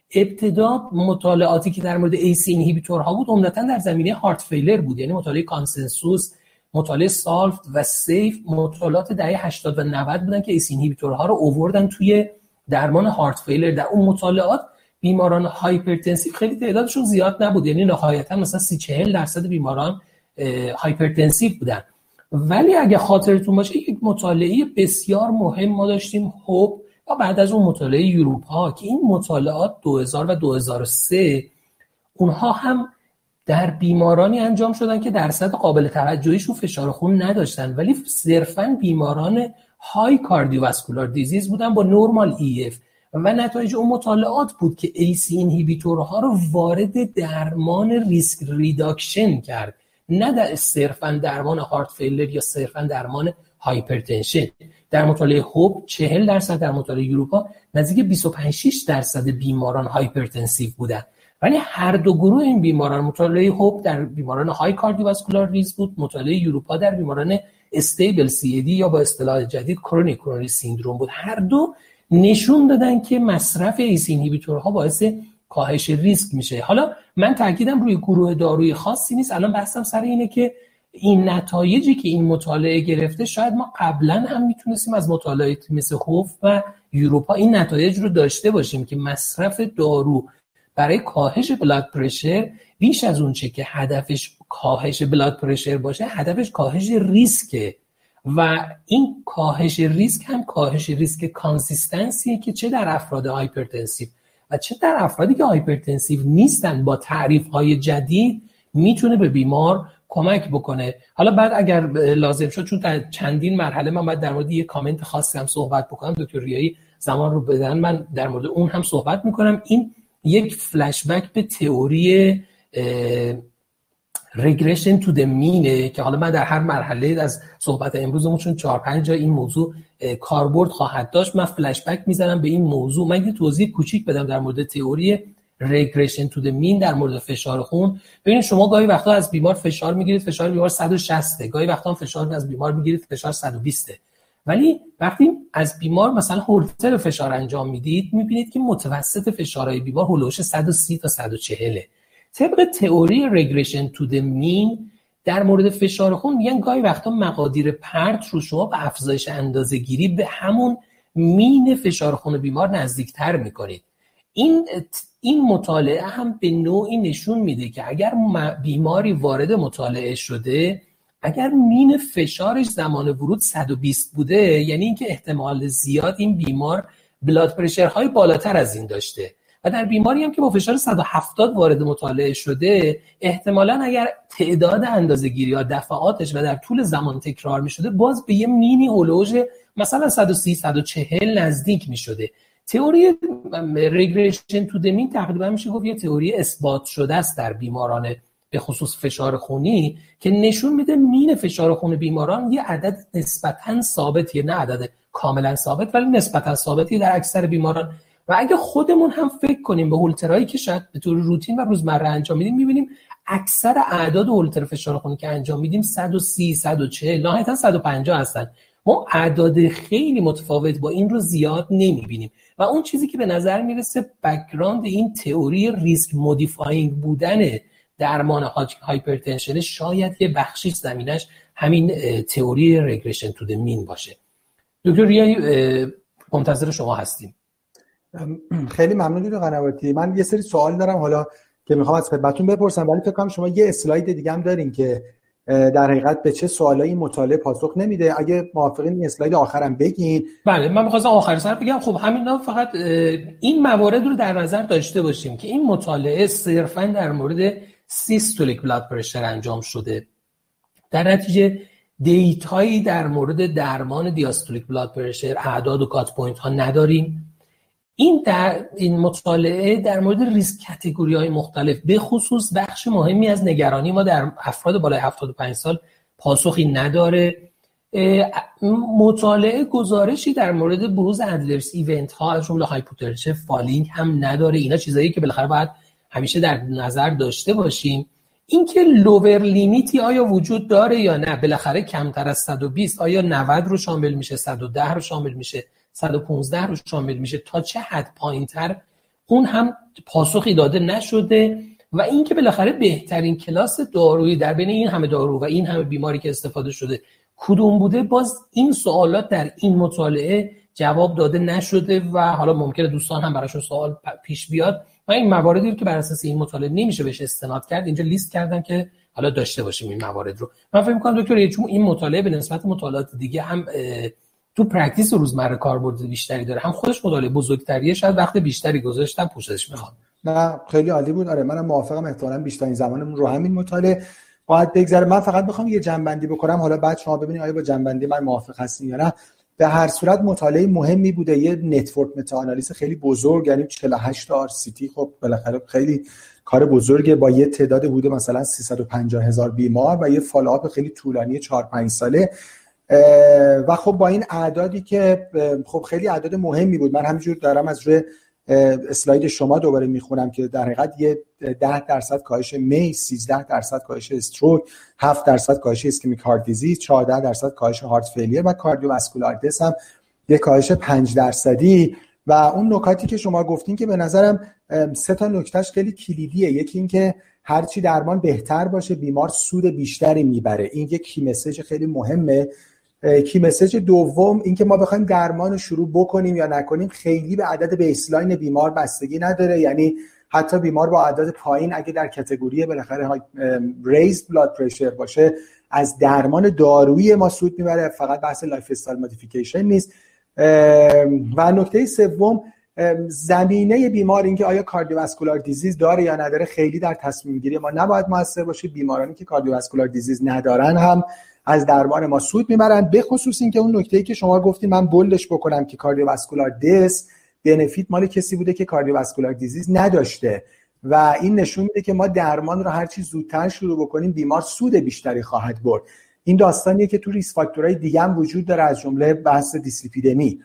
ابتدا مطالعاتی که در مورد ACE اینهیبیتورها بود عمدتاً در زمینه هارت فیلر بود، یعنی مطالعه کانسنسوس، مطالعه سالفت و سیف، مطالعات دهه 80 و 90 بودن که ACE اینهیبیتورها رو آوردن توی درمان هارت فیلر. در اون مطالعات بیماران هایپرتنسیو خیلی تعدادشون زیاد نبود، یعنی نهایتا مثلا 30-40% بیماران هایپرتنسیو بودن. ولی اگه خاطرتون باشه یک مطالعه بسیار مهم ما داشتیم، هوب، و بعد از اون مطالعه یوروپا که این مطالعات 2000 و 2003 اونها هم در بیمارانی انجام شدن که درصد قابل توجهیشون فشار خون نداشتن، ولی صرفاً بیماران های کاردیوواسکولار دیزیز بودن با نورمال EF و نتایج اون مطالعات بود که ACE اینهیبیتورها رو وارد درمان ریسک ریداکشن کرد، نه صرفاً درمان هارت فیلر یا صرفاً درمان هایپرتنشن. در مطالعه هوب 40%، در مطالعه یوروپا نزدیک 25-6% بیماران هایپرتنسیو بودن. ولی هر دو گروه این بیماران، مطالعه هوب در بیماران های کاردیوواسکولار ریسک بود، مطالعه یوروپا در بیماران استیبل CAD یا با اصطلاح جدید کرونیک کرونری سیندروم بود، هر دو نشون دادن که مصرف ACE اینهیبیتورها باعث کاهش ریسک میشه. حالا من تاکیدم روی گروه دارویی خاصی نیست، الان بحثم سر اینه که این نتایجی که این مطالعه گرفته شاید ما قبلا هم میتونستیم از مطالعات مثل هوب و یوروپا این نتایج رو داشته باشیم که مصرف دارو برای کاهش بلاد پرشر بیش از اون چه که هدفش کاهش بلاد پرشر باشه، هدفش کاهش ریسکه و این کاهش ریسک هم کاهش ریسک کانسیستنسیه که چه در افراد هایپرتنسیو و چه در افرادی که هایپرتنسیو نیستن با تعریف‌های جدید میتونه به بیمار کمک بکنه. حالا بعد اگر لازم شد، چون در چندین مرحله من باید در مورد یک کامنت خاصی هم صحبت بکنم، دکتر ریایی زمان رو بدن من در مورد اون هم صحبت میکنم. این یک فلش بک به تئوری regression to the mean که حالا من در هر مرحله از صحبت امروزمون چون 4-5 جا این موضوع کاربرد خواهد داشت، من فلش بک میزنم به این موضوع. من یه توضیح کوچیک بدم در مورد تئوری regression to the mean در مورد فشار خون. ببینید شما گاهی وقتا از بیمار فشار میگیرید، فشار بیمار 160، گاهی وقتا فشار از بیمار میگیرید فشار 120، ولی وقتی از بیمار مثلا هولتر فشار انجام میدید میبینید که متوسط فشارهای بیمار هولوش 130 تا 140. طبق تئوری regression to the mean در مورد فشار خون میگن گاهی وقتا مقادیر پرت رو شما به افزایش اندازه‌گیری به همون مین فشار خون بیمار نزدیکتر میکنید. این مطالعه هم به نوعی نشون میده که اگر بیماری وارد مطالعه شده، اگر مین فشارش زمان ورود 120 بوده، یعنی اینکه احتمال زیاد این بیمار بلاد پرشرهای بالاتر از این داشته و در بیماری هم که با فشار 170 وارد مطالعه شده، احتمالاً اگر تعداد اندازه‌گیری یا دفعاتش و در طول زمان تکرار می‌شده، باز به یه مینی هولوژ مثلا 130 140 نزدیک می‌شده. تئوری regression to the mean تقریبا میشه گفت یه تئوری اثبات شده است در بیماران به خصوص فشار خونی که نشون میده مین فشار خون بیماران یه عدد نسبتاً ثابتیه، نه عدد کاملا ثابت ولی نسبتاً ثابتی در اکثر بیماران. و اگه خودمون هم فکر کنیم به هولترایی که شاید به طور روتین و روزمره انجام میدیم، میبینیم اکثر اعداد هولتر فشار خونی که انجام میدیم 130 140 نهایتا 150 هستن. ما اعداد خیلی متفاوت با این رو زیاد نمیبینیم و اون چیزی که به نظر میرسه بک‌گراند این تئوری ریسک مودیفاینگ بودن درمان هایپرتنشن شاید یه بخشی زمینش همین تئوری regression to the mean باشه. دکتر ریایی منتظر شما هستیم. خیلی ممنون دکتر قنواتی. من یه سری سوال دارم حالا که میخوام از خدمتتون بپرسم، ولی فکر کنم شما یه اسلاید دیگه هم دارین که در حقیقت به چه سوالایی مطالعه پاسخ نمیده. اگه موافقین این اسلاید آخرام بگین. بله من می‌خواستم آخر سر بگم خب همینا فقط این موارد رو در نظر داشته باشیم که این مطالعه صرفاً در مورد سیستولیک بلاد پرشر انجام شده. در نتیجه دیتایی در مورد درمان دیاستولیک بلاد پرشر، اعداد و کات پوینت ها نداریم. این مطالعه در مورد ریسک کاتگوری‌های مختلف به خصوص بخش مهمی از نگرانی ما در افراد بالای 75 سال پاسخی نداره. مطالعه گزارشی در مورد بروز ادورس ایونت ها از جمله هایپوتنشن فالینگ هم نداره. اینا چیزایی که بالاخره باید همیشه در نظر داشته باشیم. اینکه لوور لیمیتی آیا وجود داره یا نه، بالاخره کمتر از 120 آیا 90 رو شامل میشه، 110 رو شامل میشه، 115 رو شامل میشه، تا چه حد پایینتر اون هم پاسخی داده نشده و این که بالاخره بهترین کلاس دارویی در بین این همه دارو و این همه بیماری که استفاده شده کدوم بوده، باز این سوالات در این مطالعه جواب داده نشده و حالا ممکنه دوستان هم براشون سوال پیش بیاد. من این مواردی رو که بر اساس این مطالعه نمیشه بهش استناد کرد اینجا لیست کردم که حالا داشته باشیم این موارد رو. من فکر می‌کنم دکتر چون این مطالعه به نسبت مطالعات دیگه هم تو پرکتیس روزمره کاربرد بیشتری داره، هم خودش مطالعه بزرگتریه، شاید وقت بیشتری گذاشتم پوشش میخواد. نه خیلی عالی بود. آره منم موافقم، احتمالاً بیشترین زمانمون رو همین مطالعه باید بگذره. من فقط میخوام یه جنبندی بکنم، حالا بعد شما ببینید آیا با جنبندی من موافق هستین یا نه. به هر صورت مطالعه مهمی بوده، یه نتورک متا آنالیز خیلی بزرگ، یعنی 48 تا RCT، خب بالاخره خیلی کار بزرگه با یه تعداد حدود مثلا 350,000 بیمار و یه فالوآپ خیلی طولانی 4-5 ساله و خب با این اعدادی که خب خیلی اعداد مهمی بود. من همینجور دارم از روی اسلاید شما دوباره میخونم که در حقیقت یه 10% کاهش میس، 13% کاهش استروک، 7% کاهش اسکمیک هارت دیزیز، 14% کاهش هارت فیلیر و کاردیوواسکولار دث هم یه کاهش 5%. و اون نکاتی که شما گفتین که به نظرم 3 تا نکتهش خیلی کلیدیه. یکی این که هرچی درمان بهتر باشه بیمار سود بیشتری میبره، این یک کی مسیج خیلی مهمه. کی مسیج دوم این که ما بخوایم درمان رو شروع بکنیم یا نکنیم خیلی به عدد بیسلاین بیمار بستگی نداره، یعنی حتی بیمار با عدد پایین اگه در کاتگوری بالاخره ریزد بلاد پرشر باشه از درمان دارویی ما سود میبره، فقط بحث لایف استایل مودیفیکیشن نیست. و نکته سوم زمینه بیمار، این که آیا کاردیوواسکولار دیزیز داره یا نداره خیلی در تصمیم گیری ما نباید موثر باشه. بیمارانی که کاردیوواسکولار دیزیز ندارن هم از درمان ما سود میبرن، به خصوص این که اون نکته‌ای که شما گفتین من بولدش بکنم که کاردیوواسکولار دث بنفیت مال کسی بوده که کاردیوواسکولار دیزیز نداشته و این نشون میده که ما درمان رو هر چی زودتر شروع بکنیم بیمار سود بیشتری خواهد برد. این داستانیه که تو ریسک فاکتورهای دیگه هم وجود داره، از جمله بحث دیسلیپیدمی.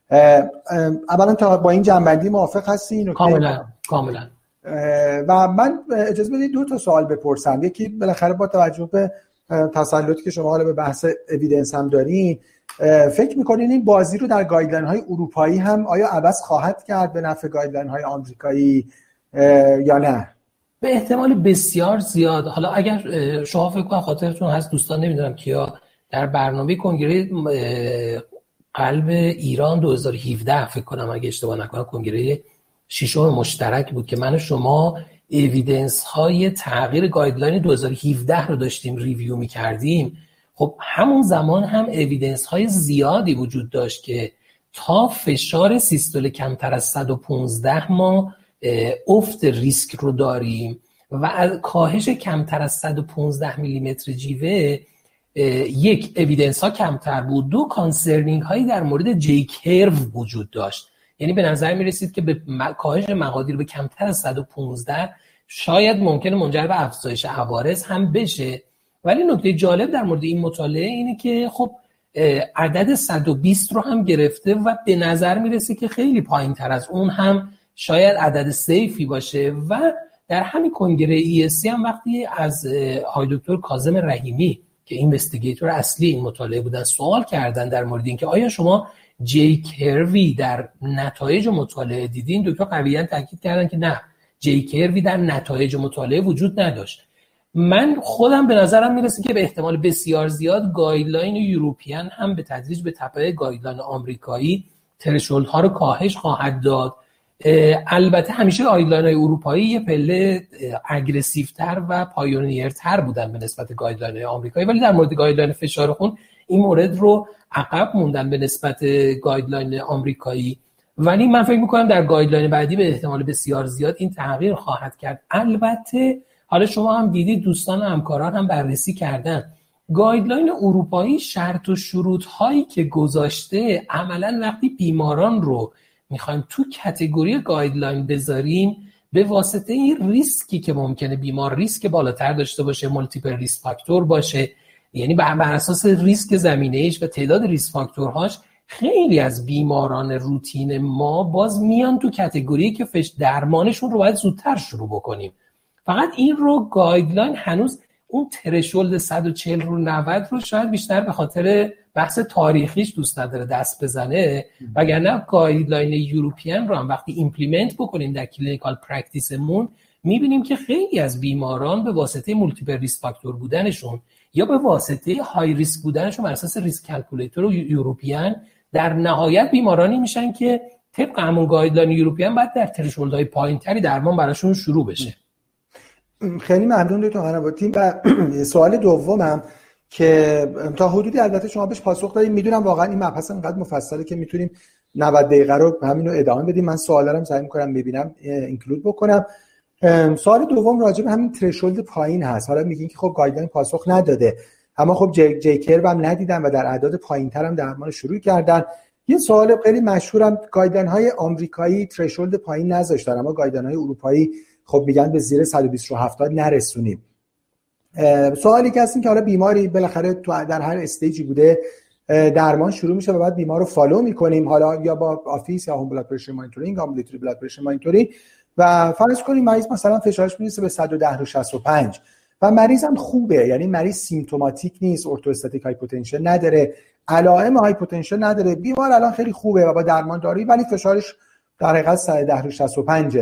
اولا تا با این جنبندی موافق هستین؟ کاملا. و من اجازه بدید 2 تا سوال بپرسم. یکی بالاخره با توجه به تسلطی که شما حالا به بحث اوییدنس هم دارین، فکر میکنین این بازی رو در گایدلاین های اروپایی هم آیا عوض خواهد کرد به نفع گایدلاین های آمریکایی یا نه؟ به احتمال بسیار زیاد. حالا اگر شما فکر کنم خاطرتون هست دوستان، نمیدونم کیا، در برنامه کنگره قلب ایران 2017 فکر کنم اگه اشتباه نکنم کنگره 6 مشترک بود که من و شما اوییدنس های تغییر گایدلاین 2017 رو داشتیم ریویو می‌کردیم. خب همون زمان هم اوییدنس های زیادی وجود داشت که تا فشار سیستول کمتر از 115 ما افت ریسک رو داریم و از کاهش کمتر از 115 میلیمتر جیوه یک اوییدنس ها کمتر بود، 2 کانسرنینگ هایی در مورد جی کرو وجود داشت. یعنی به نظر می رسید که به کاهش مقادیر به کمتر از 115 شاید ممکنه منجر به افزایش عوارض هم بشه. ولی نکته جالب در مورد این مطالعه اینه که خب عدد 120 رو هم گرفته و به نظر می رسید که خیلی پایین تر از اون هم شاید عدد سیفی باشه. و در همین کنگره ESC هم وقتی از آقای دکتر کاظم رحیمی که اینوستیگیتور اصلی این مطالعه بودن سوال کردن در مورد این که آیا شما جی کروی در نتایج مطالعه دیدین، دکتر قویاً تاکید کردن که نه، جی کروی در نتایج مطالعه وجود نداشت. من خودم به نظرم میرسه که به احتمال بسیار زیاد گایدلاین یوروپیان هم به تدریج به تپه گایدلاین آمریکایی ترشولد ها رو کاهش خواهد داد. البته همیشه گایدلاین های اروپایی یه پله اگریسیو تر و پایونیر تر بودن به نسبت گایدلاین های آمریکایی، ولی در مورد گایدلاین فشار خون این مورد رو عقب موندن به نسبت گایدلاین آمریکایی. ولی من فکر میکنم در گایدلاین بعدی به احتمال بسیار زیاد این تغییر خواهد کرد. البته حالا شما هم دیدید، دوستان و همکاران هم بررسی کردن، گایدلاین اروپایی شرط و شروط هایی که گذاشته عملاً وقتی بیماران رو میخوایم تو کاتگوری گایدلاین بذاریم به واسطه این ریسکی که ممکنه بیمار ریسک بالاتر داشته باشه، مولتیپل ریسک فاکتور باشه، یعنی بر اساس ریسک زمینه‌ایش و تعداد ریسک فاکتورهاش خیلی از بیماران روتین ما باز میان تو کاتگوری که درمانشون رو باید زودتر شروع بکنیم. فقط این رو گایدلاین هنوز اون ترشولد 140 رو 90 رو شاید بیشتر به خاطر بحث تاریخیش دوست نداره دست بزنه، وگرنه گایدلاین یوروپیان رو هم وقتی ایمپلیمنت بکنیم در کلینیکال پرکتیسمون میبینیم که خیلی از بیماران به واسطه مولتیپل ریسک فاکتور بودنشون یا به واسطه های ریسک بودنشون بر اساس ریسک کلکولیتور و یوروپیان در نهایت بیمارانی میشن که طبق همون گایدلاین یوروپیان باید در ترشولدهای پایینتری درمان براشون شروع بشه. خیلی ممنون دکتر قنواتی. و سوال دومم که تا حدودی البته شما بهش پاسخ دادید، میدونم واقعا این مبحث انقدر مفصله که میتونیم 90 دقیقه رو همین رو ادامه بدیم. من سوالا رو سعی می‌کنم ببینم اینکلود بکنم. سوال دوم راجع به همین ترشولد پایین هست. حالا میگین که خب گایدلاین پاسخ نداده، اما خب جیکر هم ندیدن و در اعداد پایین‌تر هم درمان شروع کردن. یه سوال خیلی مشهورم، گایدلاین های آمریکایی ترشولد پایین نذاشتن، اما گایدلاین های اروپایی خب میگن به زیر 120 رو 70 نرسونیم. سوالی که هست این که حالا بیماری بالاخره تو در هر استیجی بوده، درمان شروع میشه و بعد بیمار رو فالو میکنیم، حالا یا با آفیس یا هوم بلاد پرشر مانیتورینگ، آمبولیتوری بلاد پرشر مانیتورینگ، و فرض کنیم مریض مثلا فشارش میرسه به 110 رو 65 و مریض هم خوبه، یعنی مریض سیمپتوماتیک نیست، ارتواستاتیک هایپوتنشن نداره، علائم هایپوتنشن نداره، بیمار الان خیلی خوبه و با درمان داری، ولی فشارش در حقیقت 110 رو 65.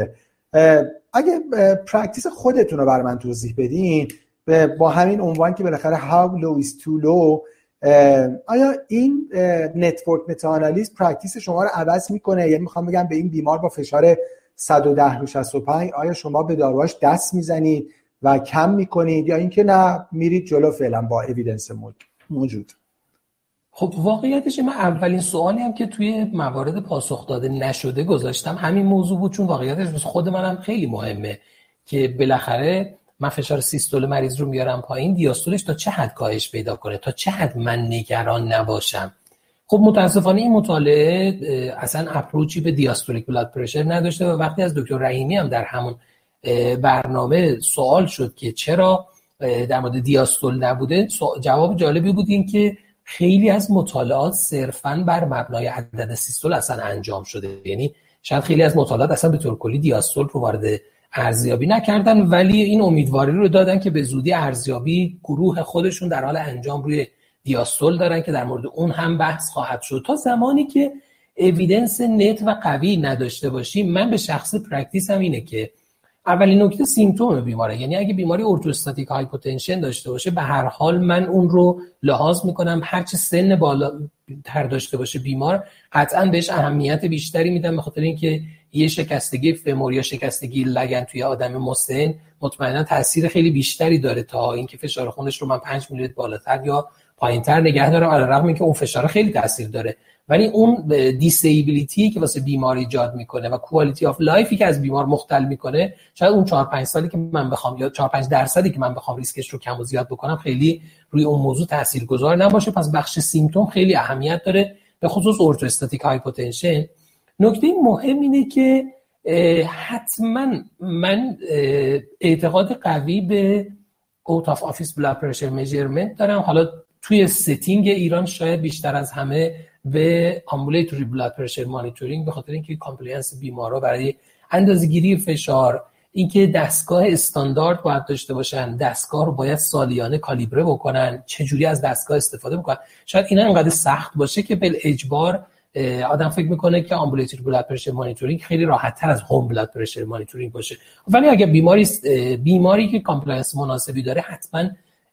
اگه پرکتیس خودتون رو برای من توضیح بدین با همین عنوان که بالاخره how low is too low، آیا این نتورک متاانالیز پرکتیس شما رو عوض میکنه؟ یعنی میخوام بگم به این بیمار با فشار 110 رو 65 آیا شما به داروهاش دست میزنید و کم میکنید یا اینکه نه میرید جلو فعلا با اوییدنس موجود؟ خب واقعیتش من اولین سوالی هم که توی موارد پاسخ داده نشده گذاشتم همین موضوع بود، چون واقعیتش خود منم خیلی مهمه که بالاخره من فشار سیستول مریض رو میارم پایین، دیاستولش تا چه حد کاهش پیدا کنه، تا چه حد من نگران نباشم. خب متاسفانه این مطالعه اصلا اپروچی به دیاستولیک بلاد پرشر نداشته و وقتی از دکتر رحیمی هم در همون برنامه سوال شد که چرا در مورد دیاستول نبوده، جواب جالبی بود این که خیلی از مطالعات صرفاً بر مبنای عدد سیستول اصلا انجام شده، یعنی شاید خیلی از مطالعات اصلا به طور کلی دیاستول رو وارد ارزیابی نکردن، ولی این امیدواری رو دادن که به زودی ارزیابی گروه خودشون در حال انجام روی دیاستول دارن که در مورد اون هم بحث خواهد شد. تا زمانی که اوییدنس نت و قوی نداشته باشیم، من به شخص پرکتیس هم اینه که اولین نکته سیمتوم بیماره، یعنی اگه بیماری ارتواستاتیک هایپوتنشن داشته باشه به هر حال من اون رو لحاظ میکنم، هرچه سن بالاتر داشته باشه بیمار قطعا بهش اهمیت بیشتری میدم، به خاطر اینکه یه شکستگی فمور یا شکستگی لگن توی آدم مسن مطمئنا تاثیر خیلی بیشتری داره تا اینکه فشار خونش رو من 5 میلیمتر بالاتر یا پایینتر نگه دارم، علیرغم اینکه اون فشار خیلی تاثیر داره، ولی اون دیسیبیلیتی که واسه بیمار ایجاد میکنه و کوالیتی آف لایفی که از بیمار مختل میکنه، شاید اون 4-5 سالی که من بخوام یا 4-5% که من بخوام ریسکش رو کم و زیاد بکنم خیلی روی اون موضوع تاثیرگذار نباشه. پس بخش سیمتوم خیلی اهمیت داره، به خصوص ارتواستاتیک هایپوتنشن. نکته مهم اینه که حتما من اعتقاد قوی به اوت آف آفیس بلاد پرشر میجرمنت دارم، حالا توی ستینگ ایران شاید بیشتر از همه به آمبولیتوری بلاد پرشر مانیتورینگ، به خاطر اینکه کامپلاینس بیمارا برای اندازه‌گیری فشار، اینکه دستگاه استاندارد باید داشته باشن، دستگاه رو باید سالیانه کالیبره بکنن، چجوری از دستگاه استفاده بکنن، شاید اینا انقدر سخت باشه که بالاجبار آدم فکر میکنه که آمبولیتوری بلاد پرشر مانیتورینگ خیلی راحت تر از هوم بلاد پرشر مانیتورینگ باشه. ولی اگر بیماری که کامپلاینس مناسبی داره، حتما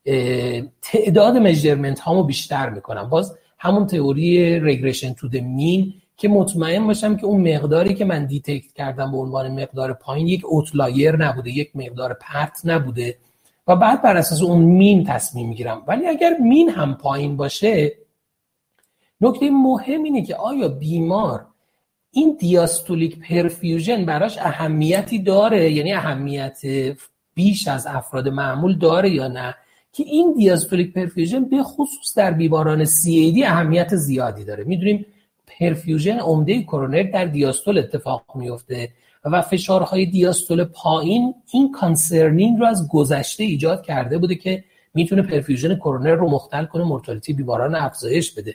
تعداد میجرمنت هامو بیشتر میکنم. باز همون تئوری ریگرشن تو د مین که مطمئن باشم که اون مقداری که من دیتکت کردم به عنوان مقدار پایین یک اوتلایر نبوده، یک مقدار پرت نبوده و بعد بر اساس اون مین تصمیم میگیرم. ولی اگر مین هم پایین باشه، نکته مهم اینه که آیا بیمار این دیاستولیک پرفیوژن براش اهمیتی داره، یعنی اهمیت بیش از افراد معمول داره یا نه، که این دیاستولیک پرفیوژن به خصوص در بیماران CAD اهمیت زیادی داره. میدونیم پرفیوژن عمده کورونر در دیاستول اتفاق میفته و فشارهای دیاستول پایین این کانسرنینگ رو از گذشته ایجاد کرده بوده که میتونه پرفیوژن کورونر رو مختل کنه، مورتالیتی بیماران افزایش بده.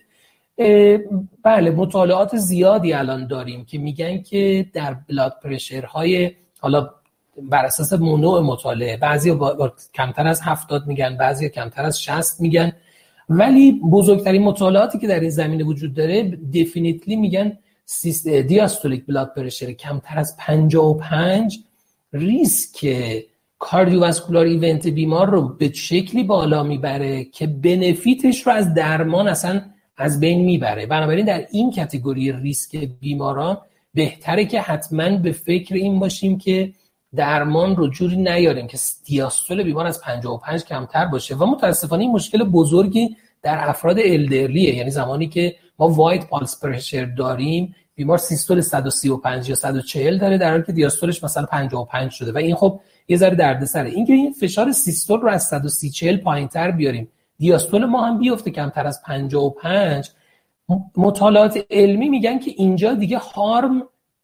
بله مطالعات زیادی الان داریم که میگن که در بلاد پرشرهای، حالا بر اساس نوع مطالعه، بعضی با کمتر از 70 میگن، بعضی کمتر از 60 میگن، ولی بزرگترین مطالعاتی که در این زمینه وجود داره دفینیتلی میگن دیاستولیک بلاد پرشر کمتر از 55 ریسک کاردیوواسکولار ایونت بیمار رو به شکلی بالا میبره که بنفیتش رو از درمان اصلا از بین میبره. بنابراین در این کاتگوری ریسک بیماران بهتره که حتما به فکر این باشیم که درمان رو جوری نیاریم که دیاستول بیمار از 55 کمتر باشه و متاسفانه این مشکل بزرگی در افراد الدرلیه. یعنی زمانی که ما وایت پالس پرشر داریم بیمار سیستول 135 یا 140 داره در حالی که دیاستولش مثلا 55 شده و این خب یه ذره دردسره. این که این فشار سیستول رو از 130 پایینتر بیاریم دیاستول ما هم بیفته کمتر از 55. مطالعات علمی میگن که اینجا دیگه هارم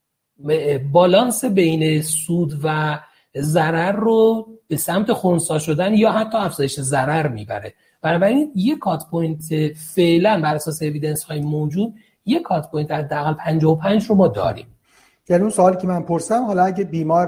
بالانس بین سود و ضرر رو به سمت خنثی شدن یا حتی افزایش ضرر میبره. بنابراین یک کات پوینت فعلا بر اساس اوییدنس های موجود یک کات پوینت حداقل 55 رو ما داریم. یعنی اون سوالی که من پرسم حالا اگه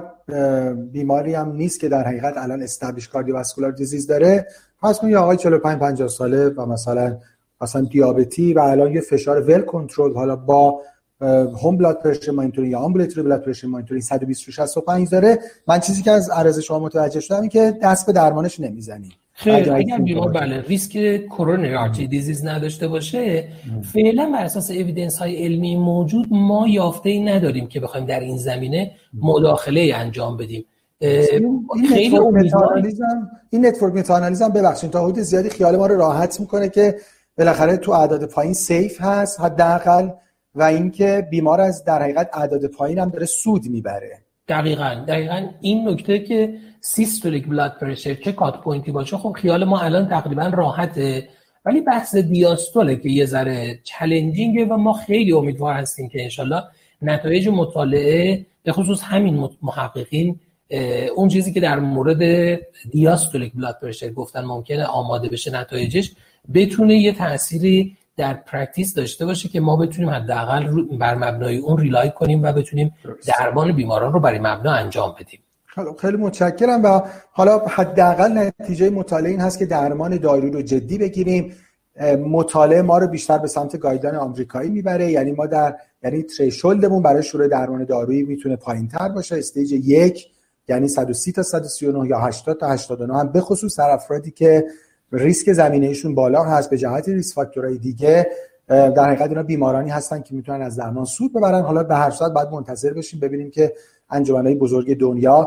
بیماری هم نیست که در حقیقت الان استابلیش کاردیوواسکولار دیزیز داره، پس اون یه آقای 45 50 ساله و مثلا دیابتی و الان یه فشار ول کنترل حالا با هوم بلاد پرشر مانیتورینگ یا آمبولاتوری بلاد پرشر مانیتورینگ 120 65 داره، من چیزی که از عرض شما متوجه شدم این که دست به درمانش نمیزنی. خیلی اگر بیمار بله ریسک کرونری آرتری دیزیز نداشته باشه فعلا بر اساس اوییدنس های علمی موجود ما یافته‌ای نداریم که بخوایم در این زمینه مداخله انجام بدیم. خیلی این نتورک متاانالیزم ببخشید تا حدود زیادی خیال ما رو راحت میکنه که بالاخره تو اعداد پایین سیف هست حداقل و اینکه بیمار از در حقیقت اعداد پایین هم داره سود میبره. دقیقاً این نکته که سیستولیک بلاد پرشر چه کات پوینتی باشه خب خیال ما الان تقریبا راحته، ولی بحث دیاستوله که یه ذره چالنجینگه و ما خیلی امیدوار هستیم که انشالله نتایج مطالعه به خصوص همین محققین اون چیزی که در مورد دیاستولیک بلاد پرشر گفتن ممکنه آماده بشه نتایجش بتونه یه تأثیری در پرکتیس داشته باشه که ما بتونیم حداقل بر مبنای اون ریلای کنیم و بتونیم درمان بیماران رو برای مبنا انجام بدیم. خیلی متشکرم و حالا حداقل نتیجه مطالعه این هست که درمان دارویی رو جدی بگیریم. مطالعه ما رو بیشتر به سمت گایدلاین آمریکایی میبره، یعنی ما یعنی ترشولدمون برای شروع درمان دارویی میتونه پایین‌تر باشه، استیج 1 یعنی 130 تا 139 یا 80 تا 89 هم به خصوص در افرادی که ریسک زمینه‌ایشون بالا هست به جهت ریسک فاکتورهای دیگه، در حقیقت اینا بیمارانی هستن که میتونن از درمان سود ببرن. حالا به هر صورت باید منتظر بشیم ببینیم که انجمن‌های بزرگ دنیا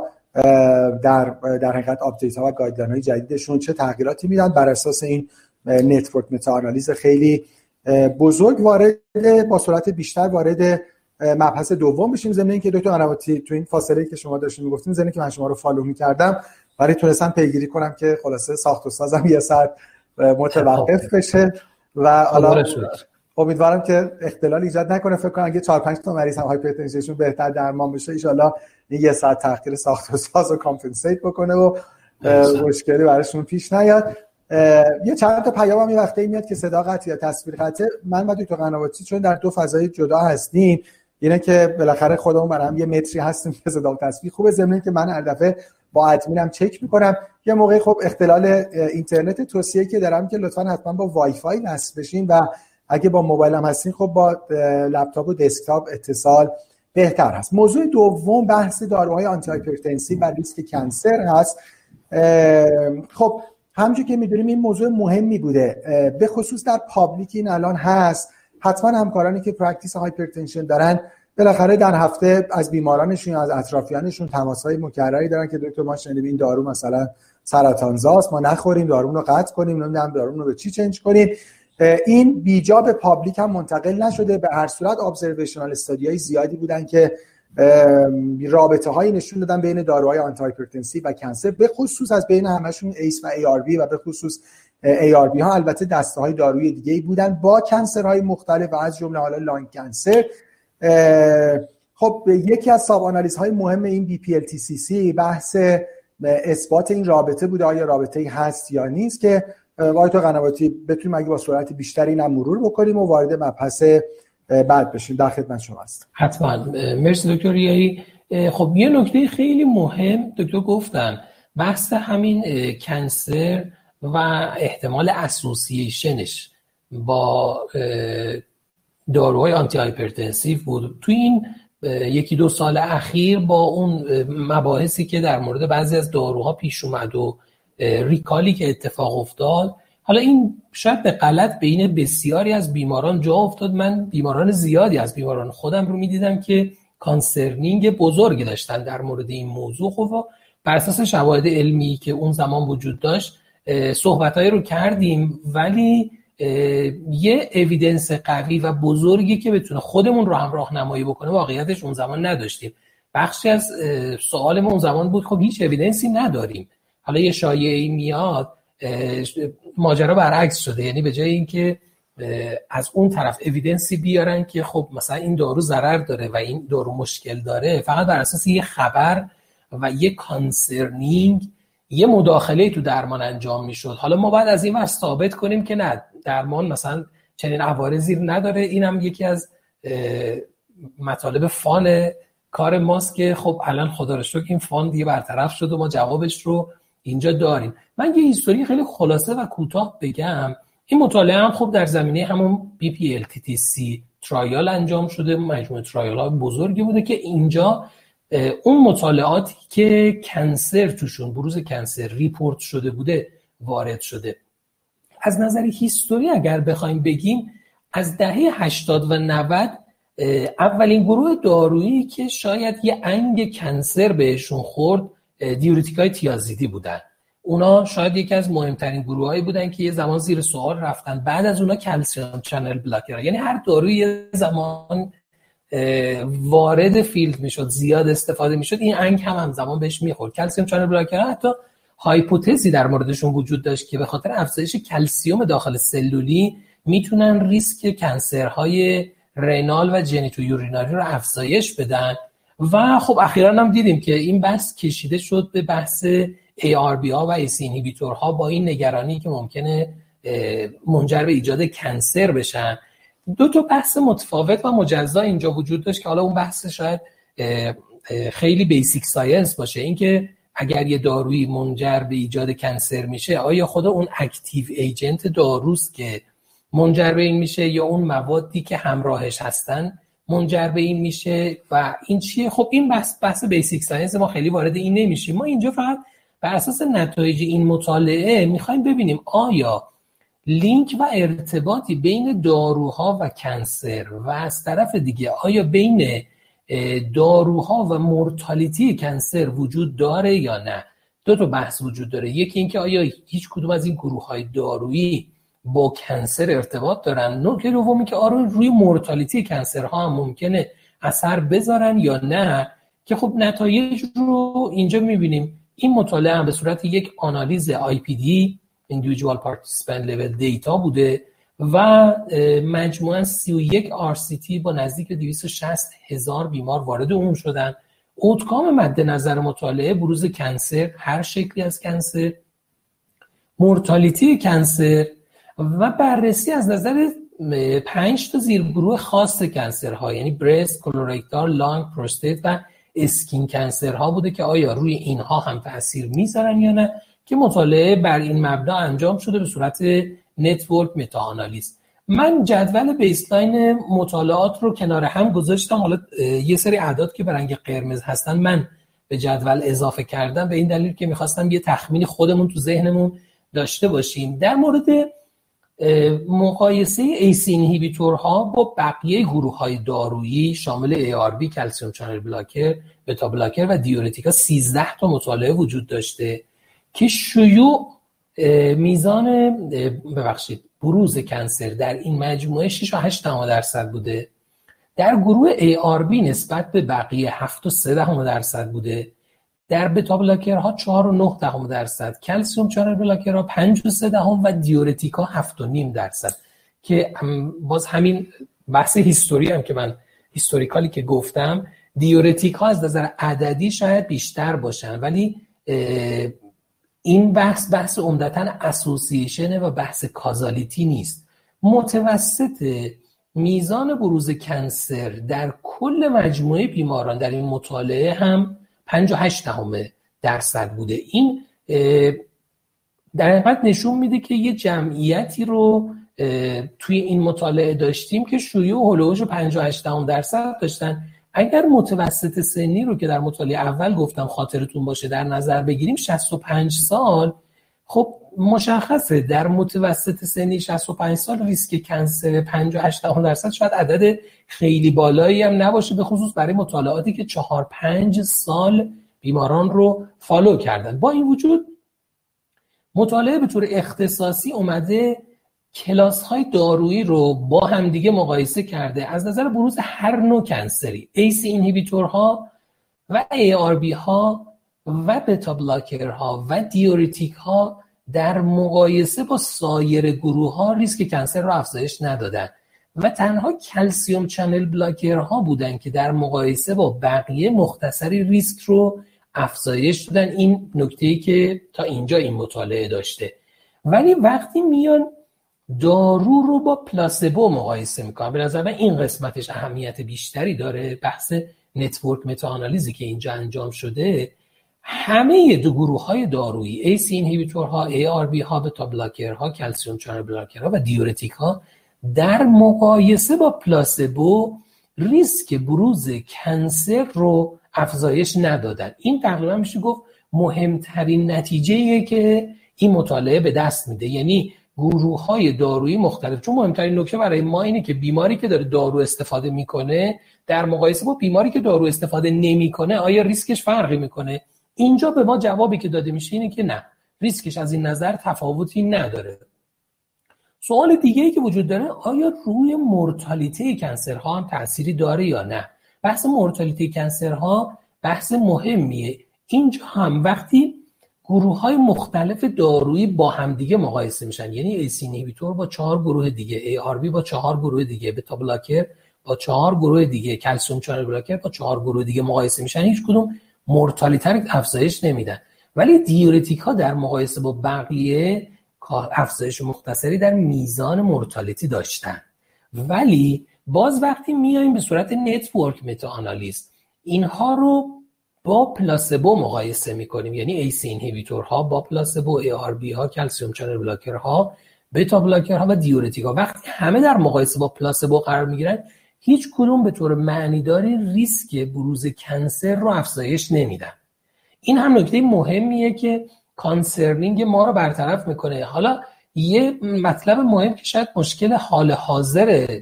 در حقیقت آپدیت‌ها و گایدلاین‌های جدیدشون چه تغییراتی میدن. بر اساس این نتورک متاآنالیز خیلی بزرگ با سرعت بیشتر وارد مبحث دوم بشیم. ضمن اینکه دکتر قنواتی تو این فاصله که شما داشتین میگفتین ضمن اینکه من شما رو فالو می‌کردم برای تونستم پیگیری کنم که خلاصه ساخت و سازم یه ساعت متوقف بشه و حالا امیدوارم که اختلال ایجاد نکنه. فکر کنم اگه 4 5 تا مریض هم هایپرتنشنشون بهتر درمان بشه ان شاءالله این یه ساعت تأخیر ساخت و ساز رو کامپنسیت بکنه و مشکلی براشون پیش نیاد. یه چند تا پیام هم یه وقتی میاد که صدا قطعی یا تصویر قطعی. من و دکتر قنواتی چون در دو فضای جدا هستیم اینه که بالاخره خودمون برام یه متری هستیم که صدا و تصویر خوبه. ضمن که من هر دفعه با ادمینم چک میکنم یه موقع خب اختلال اینترنت توصیه که دارم که لطفاً حتما با وای فای وصل بشین و اگه با موبایل هم هستین خب با لپتاپ و دسکتاپ اتصال بهتر هست. موضوع دوم بحث داروهای آنتی هایپرتنسیو و ریسک کنسر هست. خب همونجوری که میدونیم این موضوع مهمی بوده به خصوص در پابلیک این الان هست. حتما همکارانی که پرکتیس هایپرتنشن دارن بالاخره در هفته از بیمارانشون از اطرافیانشون تماس‌های مکرری دارن که دکتر ما شنیدیم این دارو مثلا سرطانزاست ما نخوریم، دارو رو قطع کنیم، نمیدونم دارو رو به چی چنج کنیم. این بیجا به پابلیک هم منتقل نشده. به هر صورت ابزرویشنال استادیای زیادی بودن که رابطه‌هایی نشون دادن بین داروهای آنتی هایپرتنسیو و کنسر، به خصوص از بین همشون ایس و ARB و به خصوص ARB ها. البته دسته‌های دارویی دیگه‌ای بودن با کنسرهای مختلف و از جمله حالا لانگ کنسر. خب یکی از ساب آنالیزهای مهم این BPLTCC بحث اثبات این رابطه بوده، آیا رابطه‌ای هست یا نیست، که آقای قنواتی بتونیم اگه با سرعت بیشتری اینم مرور بکنیم و وارد مبحث بعد بشیم. در خدمت شما هستم. حتما. مرسی دکتر ریایی. خب یه نکته خیلی مهم دکتر گفتن بحث همین کنسر و احتمال اسوسییشنش با داروهای آنتی هایپرتنسیو بود. توی این 1-2 سال اخیر با اون مباحثی که در مورد بعضی از داروها پیش اومد و ریکالی که اتفاق افتاد، حالا این شاید به غلط بین بسیاری از بیماران جا افتاد. من بیماران زیادی از بیماران خودم رو میدیدم که کانسرنینگ بزرگی داشتن در مورد این موضوع. خب بر اساس شواهد علمی که اون زمان وجود داشت صحبتایی رو کردیم، ولی یه اویدنس قوی و بزرگی که بتونه خودمون رو هم راهنمایی بکنه واقعیتش اون زمان نداشتیم. بخشی از سوال ما اون زمان بود خب هیچ اویدنسی نداریم، حالا یه شایعه‌ای میاد. ماجرا برعکس شده، یعنی به جای اینکه از اون طرف اویدنسی بیارن که خب مثلا این دارو ضرر داره و این دارو مشکل داره، فقط بر اساس یه خبر و یه کانسرنینگ یه مداخله تو درمان انجام میشد. حالا ما باید از این ور ثابت کنیم که نه، درمان مثلا چنین عوارضی نداره. اینم یکی از مطالب فان کار ماست که خب الان خدا رو شکر این فان دیگه برطرف شد و ما جوابش رو اینجا داریم. من یه هیستوری خیلی خلاصه و کوتاه بگم. این مطالعه هم خب در زمینه همون BPLTTC ترایال انجام شده، مجموعه ترایال ها بزرگی بوده که اینجا اون مطالعاتی که کنسر توشون، بروز کنسر ریپورت شده بوده وارد شده. از نظر هیستوری اگر بخوایم بگیم از دهه 80 و 90 اولین گروه دارویی که شاید یه انگ کنسر بهشون خورد دیورتیکای تیازیدی بودن. اونا شاید یکی از مهمترین گروهایی بودن که یه زمان زیر سوال رفتن. بعد از اونا کلسیم چنل بلاکر، یعنی هر داروی یه زمان وارد فیلد میشد، زیاد استفاده میشد، این انگ هم همزمان بهش میخورد. کلسیم چنل بلاکر حتی هایپوتزی در موردشون وجود داشت که به خاطر افزایش کلسیم داخل سلولی میتونن ریسک کنسرهای رینال و جنیتو یوریناری رو افزایش بدن. و خب اخیراً هم دیدیم که این بحث کشیده شد به بحث ARB ها و ACE اینهیبیتور ها با این نگرانی که ممکنه منجر به ایجاد کنسر بشن. دو تا بحث متفاوت و مجزا اینجا وجود داشت که حالا اون بحث شاید خیلی بیسیک ساینس باشه، اینکه اگر یه دارویی منجر به ایجاد کنسر میشه آیا خود اون اکتیو ایجنت داروست که منجر به این میشه یا اون موادی که همراهش هستن منجر به این میشه و این چیه؟ خب این بحث بیسیک ساینس، ما خیلی وارد این نمیشیم. ما اینجا فقط بر اساس نتایج این مطالعه میخوایم ببینیم آیا لینک و ارتباطی بین داروها و کنسر و از طرف دیگه آیا بین داروها و مورتالیتی کنسر وجود داره یا نه. دو تا بحث وجود داره، یکی اینکه آیا هیچ کدوم از این گروه‌های دارویی با کنسر ارتباط دارن، نکته دومی که آیا روی مورتالیتی کنسرها هم ممکنه اثر بذارن یا نه، که خب نتایج رو اینجا میبینیم. این مطالعه هم به صورت یک آنالیز IPD Individual Participant Level Data بوده و مجموعاً 31 RCT با نزدیک 260,000 بیمار وارد اون شدن. اوتکام مد نظر مطالعه بروز کنسر، هر شکلی از کنسر، مورتالیتی کنسر و بررسی از نظر 5 تا زیرگروه خاص کنسرها، یعنی برست، کولورکتال، لانگ، پروستات و اسکین کنسرها بوده که آیا روی اینها هم تأثیر میذارن یا نه، که مطالعه بر این مبنا انجام شده به صورت نتورک متا آنالیز. من جدول بیسلاین مطالعات رو کنار هم گذاشتم. حالا یه سری اعداد که به رنگ قرمز هستن من به جدول اضافه کردم به این دلیل که میخواستم یه تخمین خودمون تو ذهنمون داشته باشیم. در مورد مقایسه ACE اینهیبیتورها با بقیه گروه‌های دارویی شامل ARB، کلسیم چنل بلاکر، بتا بلاکر و دیورتیکا 13 تا مطالعه وجود داشته که شیوع میزان بروز کنسر در این مجموعه 6.8% بوده. در گروه ARB نسبت به بقیه 7.3% بوده. در بتا بلاکرها 4.9%، کلسیم چنل بلاکرها 5.3% و دیورتیکا 7.5%، که باز همین بحث هیستوری هم که من هیستوریکالی که گفتم، دیورتیکا از نظر عددی شاید بیشتر باشن ولی این بحث عمدتاً اسوسییشن و بحث کازالیتی نیست. متوسط میزان بروز کنسر در کل مجموعه بیماران در این مطالعه هم 5.8% بوده. این در حقیقت نشون میده که یه جمعیتی رو توی این مطالعه داشتیم که شیوع هولوش 58% داشتن. اگر متوسط سنی رو که در مطالعه اول گفتم خاطرتون باشه در نظر بگیریم 65 سال، خب مشخصه در متوسط سنی 65 سال ریسک کنسر 58% شاید عدد خیلی بالایی هم نباشه، به خصوص برای مطالعاتی که 4-5 سال بیماران رو فالو کردن. با این وجود مطالعه به طور اختصاصی اومده کلاس های دارویی رو با همدیگه مقایسه کرده از نظر بروز هر نوع کنسری، ACE اینهیبیتورها و ARB ها و بتا بلاکر ها و دیورتیک ها در مقایسه با سایر گروه ها ریسک کنسر رو افزایش ندادن و تنها کلسیم چنل بلاکر ها بودن که در مقایسه با بقیه مختصری ریسک رو افزایش دادن. این نکته‌ای که تا اینجا این مطالعه داشته. ولی وقتی میان دارو رو با پلاسبو مقایسه میکنن، به نظر من این قسمتش اهمیت بیشتری داره. بحث نتورک متا آنالیزی که اینجا انجام شده، همه دو گروه های دارویی ACE اینهیبیتورها، ARB ها، بتا بلاکرها، کلسیم چنل بلاکرها و دیورتیک ها در مقایسه با پلاسبو ریسک بروز کنسر رو افزایش ندادن. این تقریبا میشه گفت مهمترین نتیجه‌ایه که این مطالعه به دست میده. یعنی گروه‌های دارویی مختلف، چون مهمترین نکته برای ما اینه که بیماری که داره دارو استفاده میکنه در مقایسه با بیماری که دارو استفاده نمیکنه آیا ریسکش فرقی میکنه. اینجا به ما جوابی که داده میشه اینه که نه، ریسکش از این نظر تفاوتی نداره. سوال دیگه‌ای که وجود داره، آیا روی مورتالیته کنسرها هم تأثیری داره یا نه؟ بحث مورتالیته کنسرها بحث مهمیه. اینجا هم وقتی گروه‌های مختلف دارویی با همدیگه مقایسه میشن، یعنی ACE اینهیبیتور با 4 گروه دیگه، ARB با 4 گروه دیگه، بتا بلاکر با 4 گروه دیگه، کلسیم چنل بلاکر با 4 گروه دیگه مقایسه میشن، هیچ کدوم مورتالیته رو افزایش نمیدن. ولی دیورتیک ها در مقایسه با بقیه افزایش مختصری در میزان مورتالیتی داشتن. ولی باز وقتی میایم به صورت نتورک متا آنالیز اینها رو با پلاسبو مقایسه میکنیم، یعنی ACE اینهیبیتورها با پلاسبو، ARB ها، کلسیم چنل بلاکرها، بتا بلاکرها و دیورتیک ها، وقتی همه در مقایسه با پلاسبو قرار میگیرن هیچ کدوم به طور معنیداری ریسک بروز کنسر رو افزایش نمیدن. این هم نکته مهمیه که کانسرنینگ ما رو برطرف میکنه. حالا یه مطلب مهم که شاید مشکل حال حاضر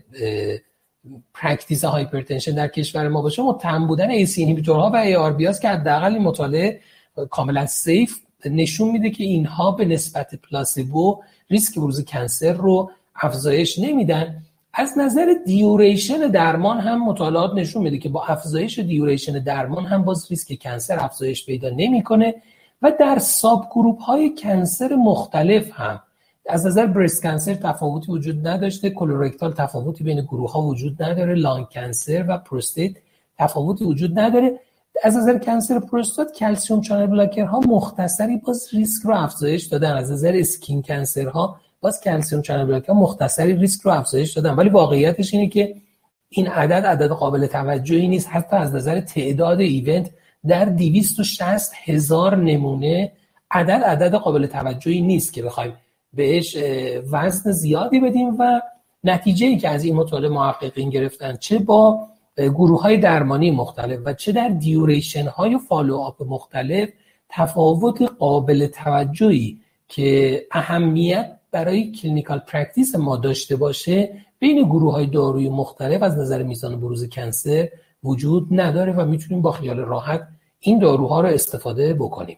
پرکتیس هایپرتنشن در کشور ما باشه، متهم بودن ACE اینهیبیتورها و ARB هاست که حداقل این مطالعه کاملا سیف نشون میده که اینها به نسبت پلاسبو ریسک بروز کنسر رو افزایش نمیدن. از نظر دیوریشن درمان هم مطالعات نشون میده که با افزایش دیوریشن درمان هم باز ریسک کنسر افزایش پیدا نمیکنه و در ساب گروپ های کنسر مختلف هم از نظر برست کنسر تفاوتی وجود نداشته، کولورکتال تفاوتی بین گروه ها وجود نداره، لانگ کنسر و پروستات تفاوتی وجود نداره. از نظر کنسر پروستات کلسیم چنل بلاکرها مختصری باز ریسک رو افزایش دادن. از نظر اسکین کنسرها باز کلسیم چنل بلاکرها مختصری ریسک رو افزایش دادن. ولی واقعیتش اینه که این عدد قابل توجهی نیست. حتی از نظر تعداد ایونت در 260,000 نمونه عدد قابل توجهی نیست که بخوایم بهش وزن زیادی بدیم و نتیجه‌ای که از این مطالعه محققین گرفتن چه با گروه‌های درمانی مختلف و چه در دیوریشن‌های فالوآپ مختلف تفاوت قابل توجهی که اهمیت برای کلینیکال پرکتیس ما داشته باشه بین گروه‌های دارویی مختلف از نظر میزان بروز کنسر وجود نداره و میتونیم با خیال راحت این داروها رو استفاده بکنیم.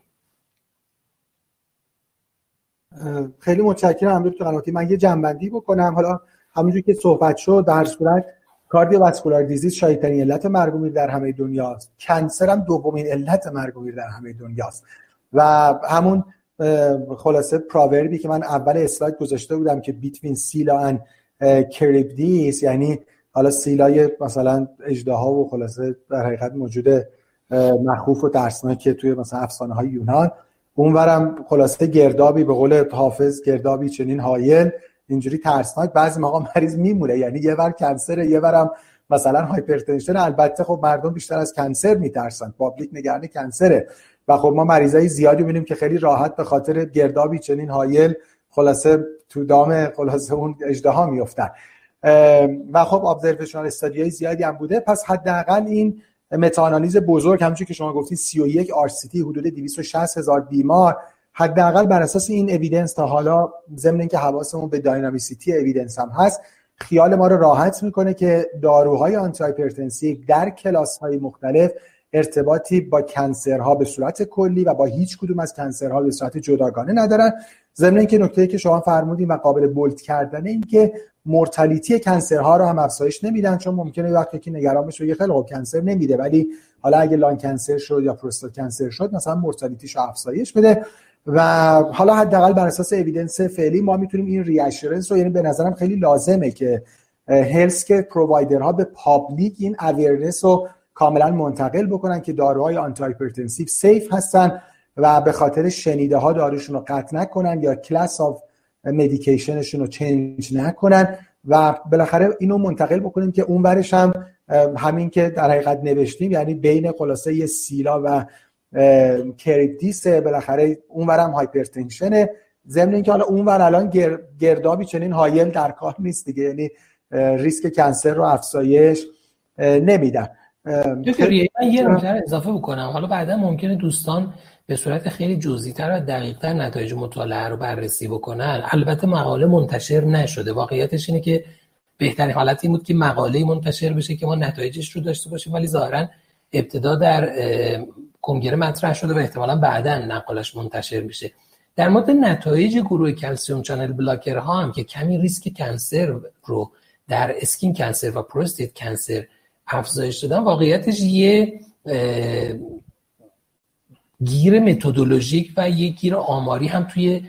خیلی متشکرم دکتر قناتی. من یه جنبندی بکنم. حالا همونجوری که صحبت شد در صورت کاردیوواسکولار دیزیز شایع‌ترین علت مرگ و میر در همه دنیاست. کنسر هم دومین علت مرگ و میر در همه دنیاست و همون خلاصه پراوربی که من اول اسلاید گذاشته بودم که بیتوین سیلا ان کریبدیس، یعنی حالا سیلای مثلا اژدها و خلاصه در حقیقت موجود مخوف و ترسناک توی مثلا افسانه های یونان، اونورم خلاصه گردابی به قول حافظ گردابی چنین هایل اینجوری ترسناک، بعضی موقع مریض میمونه. یعنی یه ور کنسر یه ورم مثلا هایپرتنشن. البته خب مردم بیشتر از کنسر میترسن، پابلیک نگران کنسره، و خب ما مریضای زیادی می‌بینیم که خیلی راحت به خاطر گردابی چنین هایل خلاصه تو دام خلاصه اون اژدها میافتن و خب ابزرویشنال استادیای زیادی هم بوده. پس حداقل این متاآنالیز بزرگ همونجوری که شما گفتید 31 RCT حدود 260,000 بیمار، حداقل بر اساس این اوییدنس تا حالا ضمن اینکه حواسمون به داینامیسیتی اوییدنس هم هست، خیال ما رو راحت میکنه که داروهای آنتی هایپرتنسیو در کلاس‌های مختلف ارتباطی با کنسرها به صورت کلی و با هیچ کدوم از کنسرها به صورت جداگانه ندارن. ضمن اینکه نکته‌ای که شما فرمودین و قابل بولد کردن این که مورتالیتی کنسرها رو هم افزایش نمیدن، چون ممکنه وقتی که نگران بشه یه خیلی خوب کنسر نمیده، ولی حالا اگه لان کنسر شد یا پروستات کنسر شد مثلا مورتالیتیش رو افزایش بده. و حالا حداقل بر اساس اوییدنس فعلی ما میتونیم این ریاشورنس رو، یعنی به نظرم خیلی لازمه که هلث که پرووایدرها به پابلیک این اویرنس رو کاملا منتقل بکنن که داروهای آنتی هایپرتنسیو سیف هستن و به خاطر شنیده ها داروشون رو قطع نکنن یا کلاس آف مدیکیشنشون رو چنج نکنن و بالاخره اینو منتقل بکنیم که اون ورش هم همین که در حقیقت نوشتیم، یعنی بین خلاصه یه سیلا و کریپتیس بالاخره اون ورم هایپرتنشنه، ضمن اینکه حالا اون ور الان گردابی چنین هایل در کار نیست دیگه، یعنی ریسک کنسر رو افزایش نمیدن. من یه نکته اضافه بکنم، حالا بعدا ممکنه دوستان به صورت خیلی جزئی‌تر و دقیق‌تر نتایج مطالعه رو بررسی بکنن. البته مقاله منتشر نشده، واقعیتش اینه که بهترین حالت این بود که مقاله منتشر بشه که ما نتایجش رو داشته باشیم، ولی ظاهراً ابتدا در کنگره مطرح شده و احتمالاً بعداً نقالش منتشر میشه. در مورد نتایج گروه کلسیم چنل بلاکرها هم که کمی ریسک کنسر رو در اسکین کنسر و پروستات کنسر افزایش دادن، واقعیتش یه گیر متدولوژیک و یه گیر آماری هم توی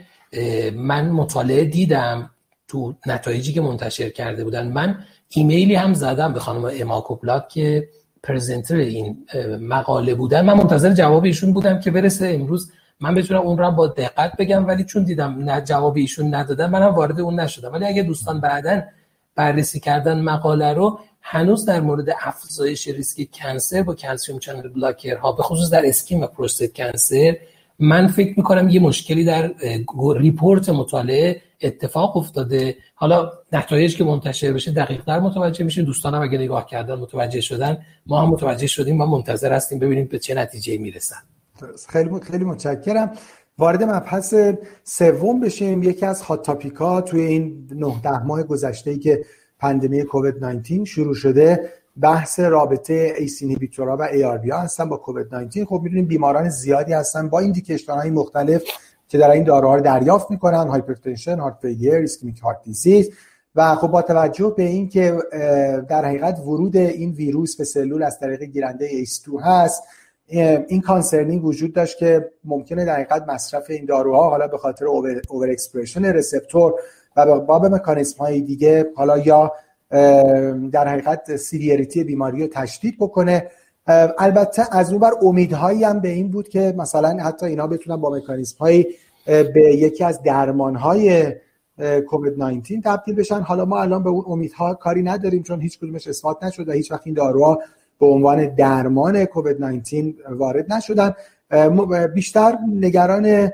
من مطالعه دیدم تو نتایجی که منتشر کرده بودن. من ایمیلی هم زدم به خانم اما کوپلات که پرزنتر این مقاله بودن، من منتظر جواب ایشون بودم که برسه امروز من بتونم اون رو با دقت بگم، ولی چون دیدم نه جواب ایشون ندادن منم وارد اون نشدم. ولی اگه دوستان بعداً بررسی کردن مقاله رو، هنوز در مورد افزایش ریسک کنسر با کلسیم چنل بلاکرها به خصوص در اسکین و پروستات کنسر، من فکر میکنم یه مشکلی در ریپورت مطالعه اتفاق افتاده. حالا نتایج که منتشر بشه دقیق‌تر متوجه میشیم، دوستانم اگه نگاه کردن متوجه شدن، ما هم متوجه شدیم، ما منتظر هستیم ببینیم به چه نتیجه‌ای میرسن. خیلی متشکرم. وارد مبحث سوم بشیم. یکی از هات تاپیک‌ها توی این 9-10 ماه گذشته‌ای که پاندمی کووید 19 شروع شده، بحث رابطه ایس اینهیبیتورها و ARB ها هستن با کووید 19. خب می‌دونیم بیماران زیادی هستن با ایندیکیشن‌های مختلف که در این داروها رو دریافت می‌کنن، هایپرتنشن، هارت فیلیر، ایسکمیک هارت دیزیز. و خب با توجه به این که در حقیقت ورود این ویروس به سلول از طریق گیرنده ACE2 هست، این کانسرنینگ وجود داشت که ممکنه در حقیقت مصرف این داروها حالا به خاطر اوور اکسپرشن رسپتور و با مکانیزم های دیگه حالا یا در حقیقت سیویریتی بیماری رو تشدید بکنه. البته از اون بر امیدهایی هم به این بود که مثلا حتی اینا بتونن با مکانیزم های به یکی از درمان های کووید 19 تبدیل بشن. حالا ما الان به اون امیدها کاری نداریم چون هیچ کدومش اثبات نشد و هیچ وقت این داروها به عنوان درمان کووید 19 وارد نشدن. بیشتر نگران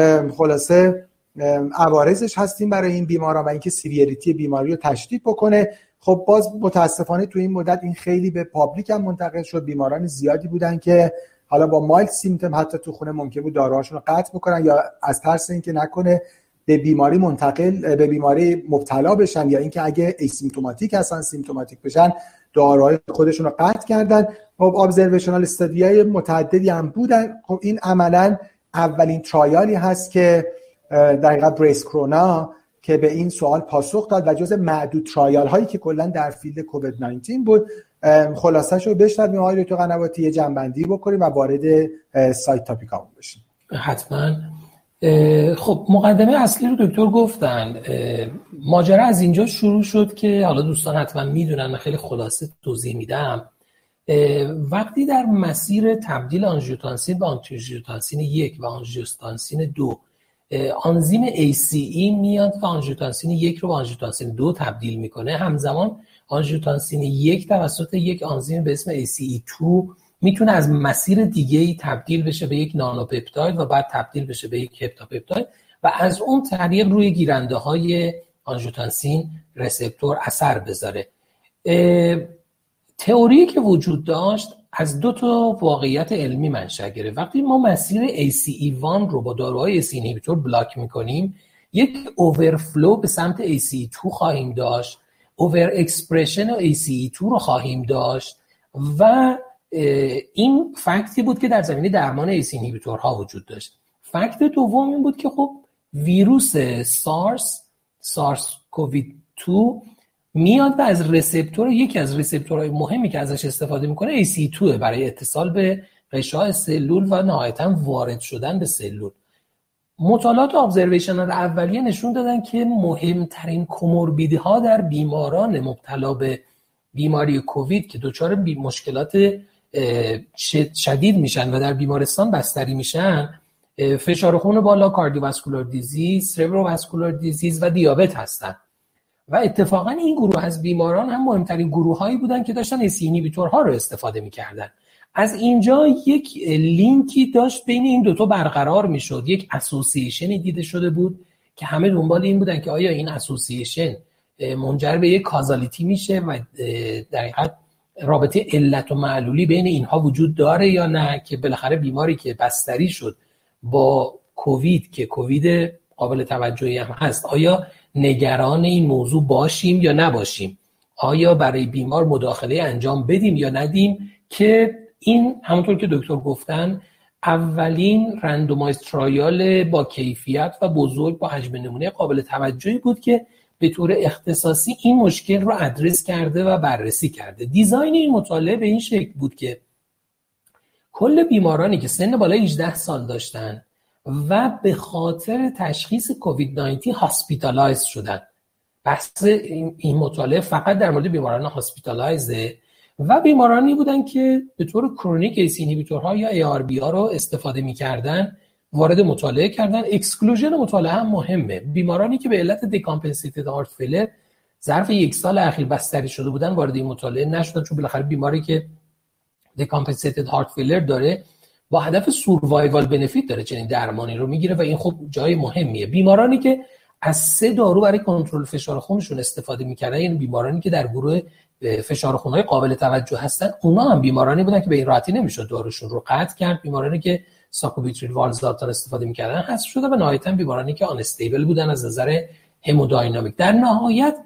خلاصه عوارضش هستیم برای این بیماران و اینکه سیویریتی بیماری رو تشدید بکنه. خب باز متاسفانه تو این مدت این خیلی به پابلیک هم منتقل شد. بیماران زیادی بودن که حالا با مایلد سیمپتوم حتی تو خونه ممکن بود داروهاشون رو قطع بکنن یا از ترس اینکه نکنه به بیماری به بیماری مبتلا بشن یا اینکه اگه اسیمپتوماتیک هستن سیمپتوماتیک بشن داروهای خودشون رو قطع کردن. خب ابزرویشنال استادیای متعددی هم بودن. خب این عملاً اولین ترایالی هست که در حقیقت بریس کرونا که به این سوال پاسخ داد و جزء معدود ترایال هایی که کلا در فیلد کووید 19 بود. خلاصه‌شو رو بشنویم آقای دکتر قنواتی، یه جنبندی بکنیم و وارد سایت تاپیکامون بشیم. حتما. خب مقدمه اصلی رو دکتر گفتن. ماجرا از اینجا شروع شد که حالا دوستان حتما میدونن، من خیلی خلاصه توضیح میدم. وقتی در مسیر تبدیل آنژیوتانسین به آنژیوتانسین 1 و آنژیوتانسین 2 آنزیم ACE میاد و آنژیوتانسین 1 رو به آنژیوتانسین 2 تبدیل میکنه، همزمان آنژیوتانسین 1 توسط یک آنزیم به اسم ACE2 میتونه از مسیر دیگه‌ای تبدیل بشه به یک نانوپپتاید و بعد تبدیل بشه به یک هپتاپپتاید و از اون طریق روی گیرنده‌های آنژیوتانسین رسپتور اثر بذاره. تئوری که وجود داشت از دو تا واقعیت علمی منشأ گرفت. وقتی ما مسیر ACE1 رو با داروهای ACE اینهیبیتور بلاک میکنیم، یک اوورفلو به سمت ACE2 خواهیم داشت، اوور اکسپرشن ACE2 رو خواهیم داشت و این فکتی بود که در زمینه درمان ACE اینهیبیتورها وجود داشت. فکت دوم این بود که خب ویروس سارس کووید 2 میاد و از رسپتور، یکی از رسپتورهای مهمی که ازش استفاده میکنه ACE2 برای اتصال به غشاء سلول و نهایتاً وارد شدن به سلول. مطالعات ابزرویشنال اولیه نشون دادن که مهمترین کوموربیدی ها در بیماران مبتلا به بیماری کووید که دچار مشکلات شدید میشن و در بیمارستان بستری میشن، فشار خون بالا، کاردیوواسکولار دیزیز، سربروواسکولار دیزیز و دیابت هستن. و اتفاقا این گروه از بیماران هم مهمترین گروه‌هایی بودن که داشتن ACE اینهیبیتورها رو استفاده می‌کردن. از اینجا یک لینکی داشت بین این دوتا برقرار می‌شد، یک اسوسییشنی دیده شده بود که همه دنبال این بودن که آیا این اسوسییشن منجر به یک کازالیتی میشه و در حقیقت رابطه علت و معلولی بین اینها وجود داره یا نه، که بالاخره بیماری که بستری شد با کووید که کووید قابل توجهی هم هست، آیا نگران این موضوع باشیم یا نباشیم، آیا برای بیمار مداخله انجام بدیم یا ندیم، که این همونطور که دکتر گفتن اولین رندومایز ترایال با کیفیت و بزرگ با حجم نمونه قابل توجهی بود که به طور اختصاصی این مشکل رو ادرس کرده و بررسی کرده. دیزاین این مطالعه به این شکل بود که کل بیمارانی که سن بالای 18 سال داشتن و به خاطر تشخیص کووید 19 هاسپیتالایز شدن، بحث این مطالعه فقط در مورد بیماران هاسپیتالایزه و بیمارانی بودن که به طور کرونیک ACE اینهیبیتورها یا ARB ها رو استفاده می‌کردن وارد مطالعه کردن. اکسکلوژن مطالعه هم مهمه. بیمارانی که به علت دیکامپنسیتد هارت فیلر ظرف یک سال اخیر بستری شده بودن وارد این مطالعه نشدن، چون بالاخره بیماری که دیکامپنسیتد هارت فیلر داره با هدف سوروایوال بنفیت داره چنین درمانی رو میگیره و این خب جای مهمیه. بیمارانی که از 3 دارو برای کنترل فشار خونشون استفاده میکردن، یعنی بیمارانی که در گروه فشار خونهای قابل توجه هستن، اونا هم بیمارانی بودن که به این راحتی نمیشد داروشون رو قطع کرد. بیمارانی که ساکوبیتریل والزارتان استفاده میکردن حذف شده و نهایتاً بیمارانی که آن استیبل بودن از نظر همودینامیک. در نهایت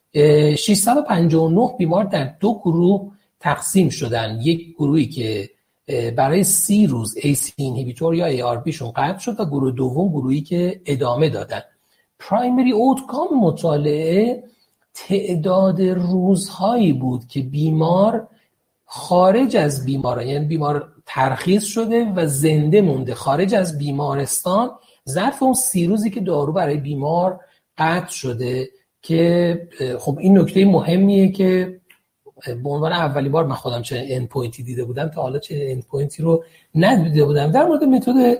659 بیمار در 2 گروه تقسیم شدن. یک گروهی که برای 30 روز ACE اینهیبیتور یا ARB شون قطع شد و گروه دوم گروهی که ادامه دادن. پرایمری اوتکام مطالعه تعداد روزهایی بود که بیمار خارج از بیماران، یعنی بیمار ترخیص شده و زنده مونده خارج از بیمارستان ظرف اون 30 روزی که دارو برای بیمار قطع شده، که خب این نکته مهمیه که به عنوان اولین بار من خودم چه اند پوینتی دیده بودم، تا حالا چه اند پوینتی رو ندیده بودم. در مورد متد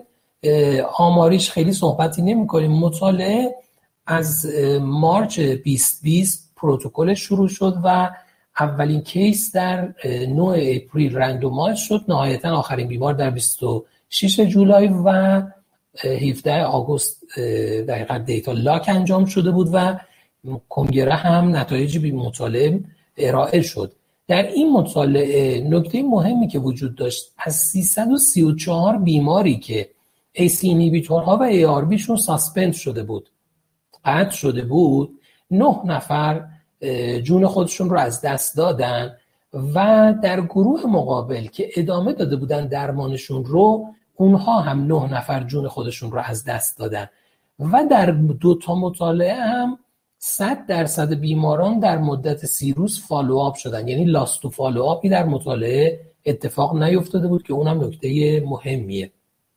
آماریش خیلی صحبتی نمی‌کنیم. مطالعه از مارچ 2020 پروتکل شروع شد و اولین کیس در 9 اپریل رندومایز شد. نهایتا آخرین بیمار در 26 جولای و 17 آگوست دقیقاً دیتا لاک انجام شده بود و کنگره هم نتایج بی مطالعه ارائه شد. در این مطالعه نکته مهمی که وجود داشت، از 334 بیماری که ACE اینهیبیتورها و ARB شون ساسپند شده بود، قطع شده بود، 9 نفر جون خودشون رو از دست دادن و در گروه مقابل که ادامه داده بودن درمانشون رو، اونها هم 9 نفر جون خودشون رو از دست دادن و در 2 تا مطالعه هم 100% بیماران در مدت 30 روز فالوآپ شدن، یعنی لاست تو فالوآپی در مطالعه اتفاق نیفتاده بود که اونم نکته مهمیه.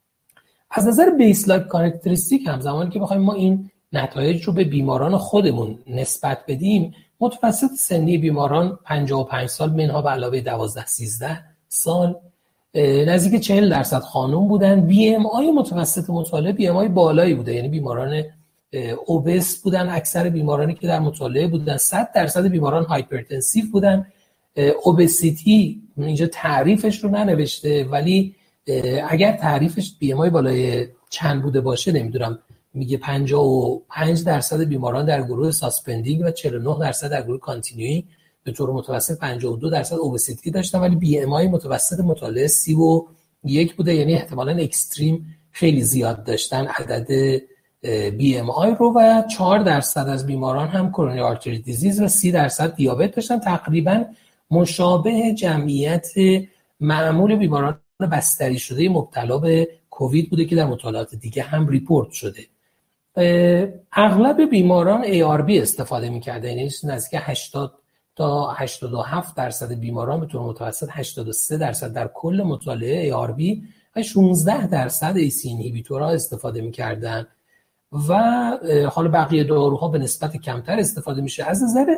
از نظر بیسلاین کاراکتریستیک هم زمانی که بخوایم ما این نتایج رو به بیماران خودمون نسبت بدیم، متوسط سنی بیماران 55 سال منها به علاوه 12-13 سال، نزدیک 40% خانم بودن. بی ام آی متوسط مطالعه بی ام آی بالایی بوده، یعنی بیماران اوبس بودن. اکثر بیمارانی که در مطالعه بودن 100% بیماران هایپرتنسیو بودن. اوبسیتی اینجا تعریفش رو ننوشته، ولی اگر تعریفش BMI بالای چند بوده باشه، نمیدونم، میگه 55% بیماران در گروه ساسپندینگ و 49% در گروه کانتینیوی به طور متوسط 52% اوبسیتی داشتن، ولی BMI متوسط مطالعه 31 بوده، یعنی احتمالاً اکستریم خیلی زیاد داشتن عدد BMI رو، و 4% از بیماران هم کرونری آرتری دیزیز و 30% دیابت داشتن. تقریباً مشابه جمعیت معمول بیماران بستری شده مبتلا به کووید بوده که در مطالعات دیگه هم ریپورت شده. اغلب بیماران ARB استفاده می‌کردن، یعنی نزدیک 80 تا 87% بیماران به طور متوسط 83% در کل مطالعه ARB و 16% AC اینهیبیتورها استفاده می‌کردن و حالا بقیه داروها به نسبت کمتر استفاده میشه. از نظر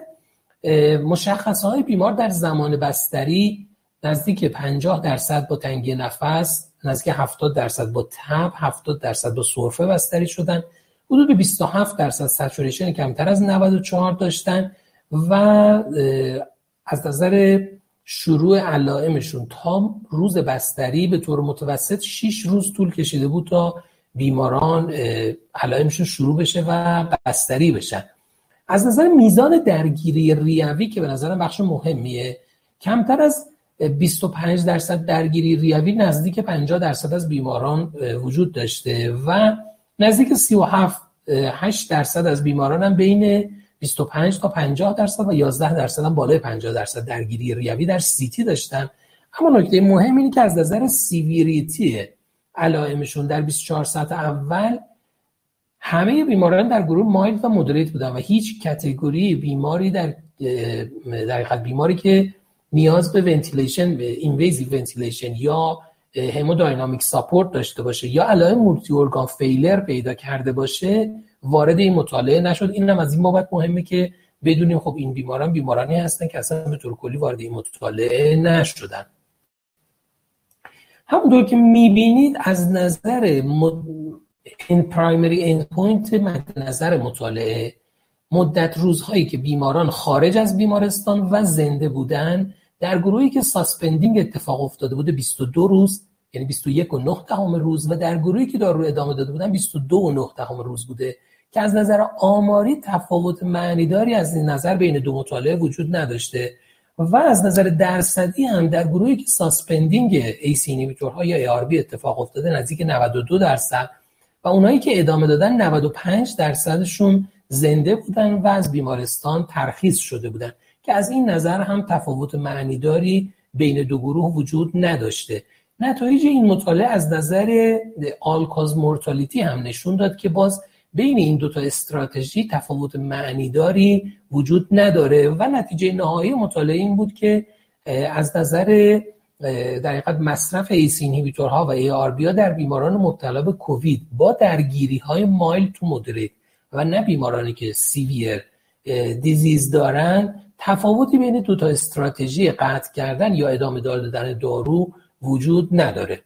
مشخصات بیمار در زمان بستری نزدیک 50% با تنگی نفس، نزدیک 70% با تب، 70% با سرفه بستری شدن، حدود 27% سچوریشن کمتر از 94 داشتن و از نظر شروع علائمشون تا روز بستری به طور متوسط 6 روز طول کشیده بود تا بیماران علائمشون شروع بشه و بستری بشن. از نظر میزان درگیری ریوی که به نظرم بخش مهمیه، کمتر از 25% درگیری ریوی نزدیک 50% از بیماران وجود داشته و نزدیک 37-8% از بیماران هم بین 25 تا 50% و 11% هم بالای 50% درگیری ریوی در CT داشتن. اما نکته مهم اینه که از نظر سیویریتی علائمشون در 24 ساعت اول همه بیماران در گروه مایلد و مودریت بودن و هیچ کاتگوری بیماری در حقیقت بیماری که نیاز به ونتیلیشن، به اینویزیو ونتیلیشن یا هموداینامیک ساپورت داشته باشه یا علائم مولتی ارگان فیلر پیدا کرده باشه وارد این مطالعه نشد. این هم از این بابت مهمه که بدونیم خب این بیمارانی هستن که اصلا به طور کلی وارد این مطالعه نشدن. همونطور که میبینید از نظر این پرایمری اندپوینت مد نظر مطالعه، مدت روزهایی که بیماران خارج از بیمارستان و زنده بودن در گروهی که ساسپندینگ اتفاق افتاده بوده 22 روز، یعنی 21.9 روز، و در گروهی که دارو ادامه داده بودن 22.9 روز بوده که از نظر آماری تفاوت معنیداری از این نظر بین دو مطالعه وجود نداشته و از نظر درصدی هم در گروهی که ساسپندینگ AC اینهیبیتورها یا ARB اتفاق افتاده نزدیک 92% و اونایی که ادامه دادن 95%شون زنده بودن و از بیمارستان ترخیص شده بودن که از این نظر هم تفاوت معنیداری بین دو گروه وجود نداشته. نتایج این مطالعه از نظر آل کاز مورتالیتی هم نشون داد که باز بین این دوتا استراتژی تفاوت معنیداری وجود نداره و نتیجه نهایی مطالعه این بود که از نظر در حقیقت مصرف AC اینهیبیتورها و ARB در بیماران مبتلا به کووید با درگیری‌های مایل تو مودریت و نه بیمارانی که سیویر دیزیز دارن تفاوتی بین دو تا استراتژی قطع کردن یا ادامه دادن دارو وجود نداره.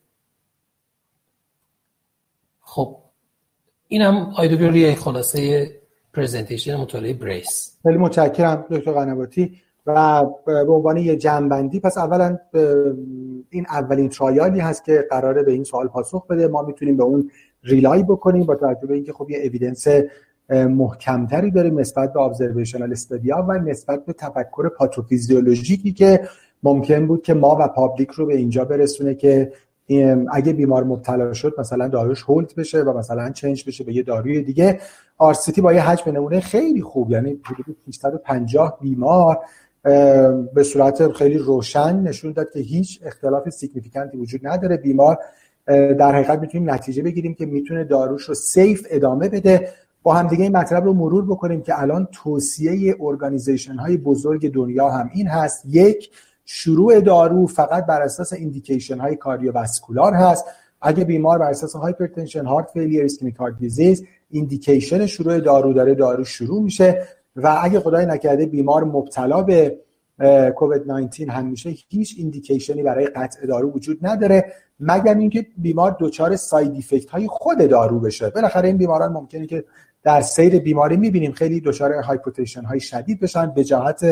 خب اینم آقای دکتر یه خلاصه پرزنتیشن مطالعه بریس. خیلی متشکرم دکتر قنواتی. و به عنوان یه جمع‌بندی، پس اولا این اولین ترایالی هست که قراره به این سوال پاسخ بده. ما میتونیم به اون ریلای بکنیم با توجه به اینکه خب یه اوییدنس محکمتری داریم نسبت به ابزرویشنال استادیا و نسبت به تفکر پاتوفیزیولوژیکی که ممکن بود که ما و پابلیک رو به اینجا برسونه که اگه بیمار مبتلا شد مثلا داروش هولد بشه و مثلا چنج بشه به یه داروی دیگه. RCT با یه حجم نمونه خیلی خوب، یعنی حدود 650 بیمار به صورت خیلی روشن نشون داد که هیچ اختلاف سیگنیفیکانتی وجود نداره. بیمار در حقیقت میتونیم نتیجه بگیریم که میتونه داروش رو سیف ادامه بده. با هم دیگه این مطلب رو مرور بکنیم که الان توصیه ارگانیزیشن های بزرگ دنیا هم این هست: یک، شروع دارو فقط بر اساس ایندیکیشن های کاردیوواسکولار هست. اگه بیمار بر اساس هایپرتنشن، هارت فیلیر، ایسکمیک هارت دیزیز ایندیکیشن شروع دارو داره، دارو شروع میشه. و اگه خدای نکرده بیمار مبتلا به کووید 19 هم میشه، هیچ ایندیکیشنی برای قطع دارو وجود نداره مگر اینکه بیمار دچار ساید افکت های خود دارو بشه. بالاخره این بیماران ممکنه که در سیر بیماری میبینیم خیلی دچار هایپوتنشن های شدید بشن به جهت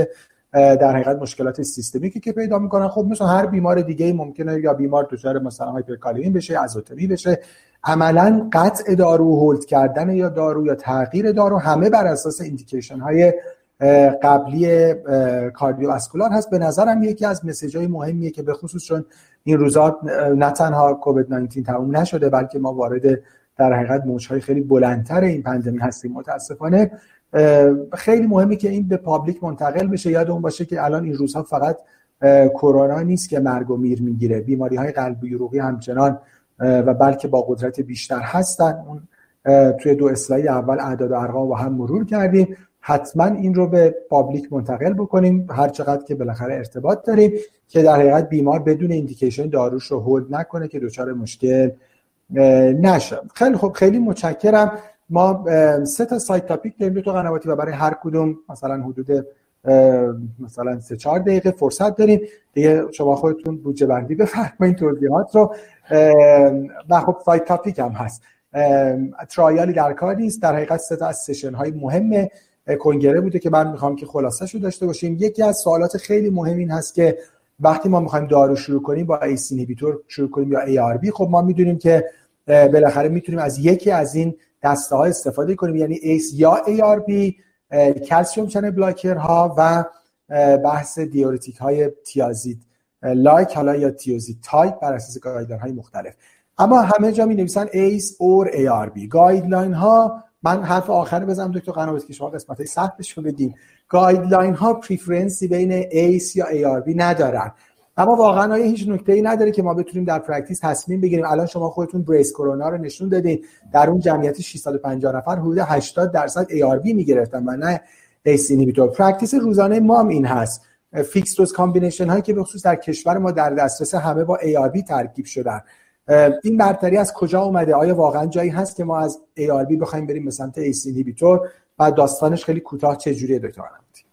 در حقیقت مشکلات سیستمیکی که پیدا میکنن. خب مثلا هر بیمار دیگه ممکنه یا بیمار دچار مثلا هایپرکالمی بشه، ازوتمی بشه. عملا قطع دارو، هولد کردن یا دارو یا تغییر دارو همه بر اساس ایندیکیشن های قبلی کاردیوواسکولار هست. به نظرم یکی از مسیج‌های مهمیه که به خصوص چون این روزا نه تنها کووید 19 تموم نشده بلکه ما وارد در حقیقت موج‌های خیلی بلندتر این پاندمی هستیم متاسفانه، خیلی مهمه که این به پابلیک منتقل بشه. یادمون باشه که الان این روزها فقط کرونا نیست که مرگ و میر میگیره، بیماری‌های قلبی عروقی همچنان و بلکه با قدرت بیشتر هستن. اون توی 2 اسلاید اول اعداد و ارقام با هم مرور کردیم. حتما این رو به پابلیک منتقل بکنیم هر چقدر که بالاخره ارتباط داریم که در حقیقت بیمار بدون ایندیکیشن داروش رو هولد نکنه که دچار مشکل نشه. خیلی خوب، خیلی متشکرم. ما 3 تا سایت تاپیک داریم 2 تا قنواتی و برای هر کدوم مثلا حدود مثلا 3-4 دقیقه فرصت داریم دیگه. شما خودتون بودجه بندی بفرمایید توضیحات رو. و خب سایت تاپیک هم هست، ترایالی در کار نیست. در حقیقت 3 تا از سشن های مهم کنگره بوده که من میخوام که خلاصه‌شو داشته باشیم. یکی از سوالات خیلی مهم این هست که وقتی ما میخوایم دارو شروع کنیم با ایس اینهیبیتور شروع کنیم یا ARB، خب ما میدونیم که بالاخره میتونیم از یکی از این دسته ها استفاده کنیم، یعنی ایس یا ARB، کلسیم چنل بلاکر ها و بحث دیورتیک های تیازید لایک حالا یا تیازید تایپ بر اساس گایدلاین های مختلف. اما همه جا می نویسن ایس اور ARB. گایدلاین ها، من حرف آخر بزنم دکتر قنواتی که شما قسمت های سختش رو بدین، گایدلاین ها پریفرنسی بین ایس یا ARB ندارن. اما واقعا هیچ نکته‌ای نداره که ما بتونیم در پرکتیس تصمیم بگیریم. الان شما خودتون بریس کرونا رو نشون دادین، در اون جمعیت 650 نفر حدود 80% ARB میگرفتن و نه ایس اینهیبیتور. پرکتیس روزانه ما هم این هست. فیکس دوز کامبینیشن هایی که به خصوص در کشور ما در دسترس همه با ARB ترکیب شدن. این برتری از کجا اومده؟ آیا واقعا جایی هست که ما از ARB بخوایم بریم به سمت ایس اینهیبیتور؟ و داستانش خیلی کوتاه چه جوریه دکتر؟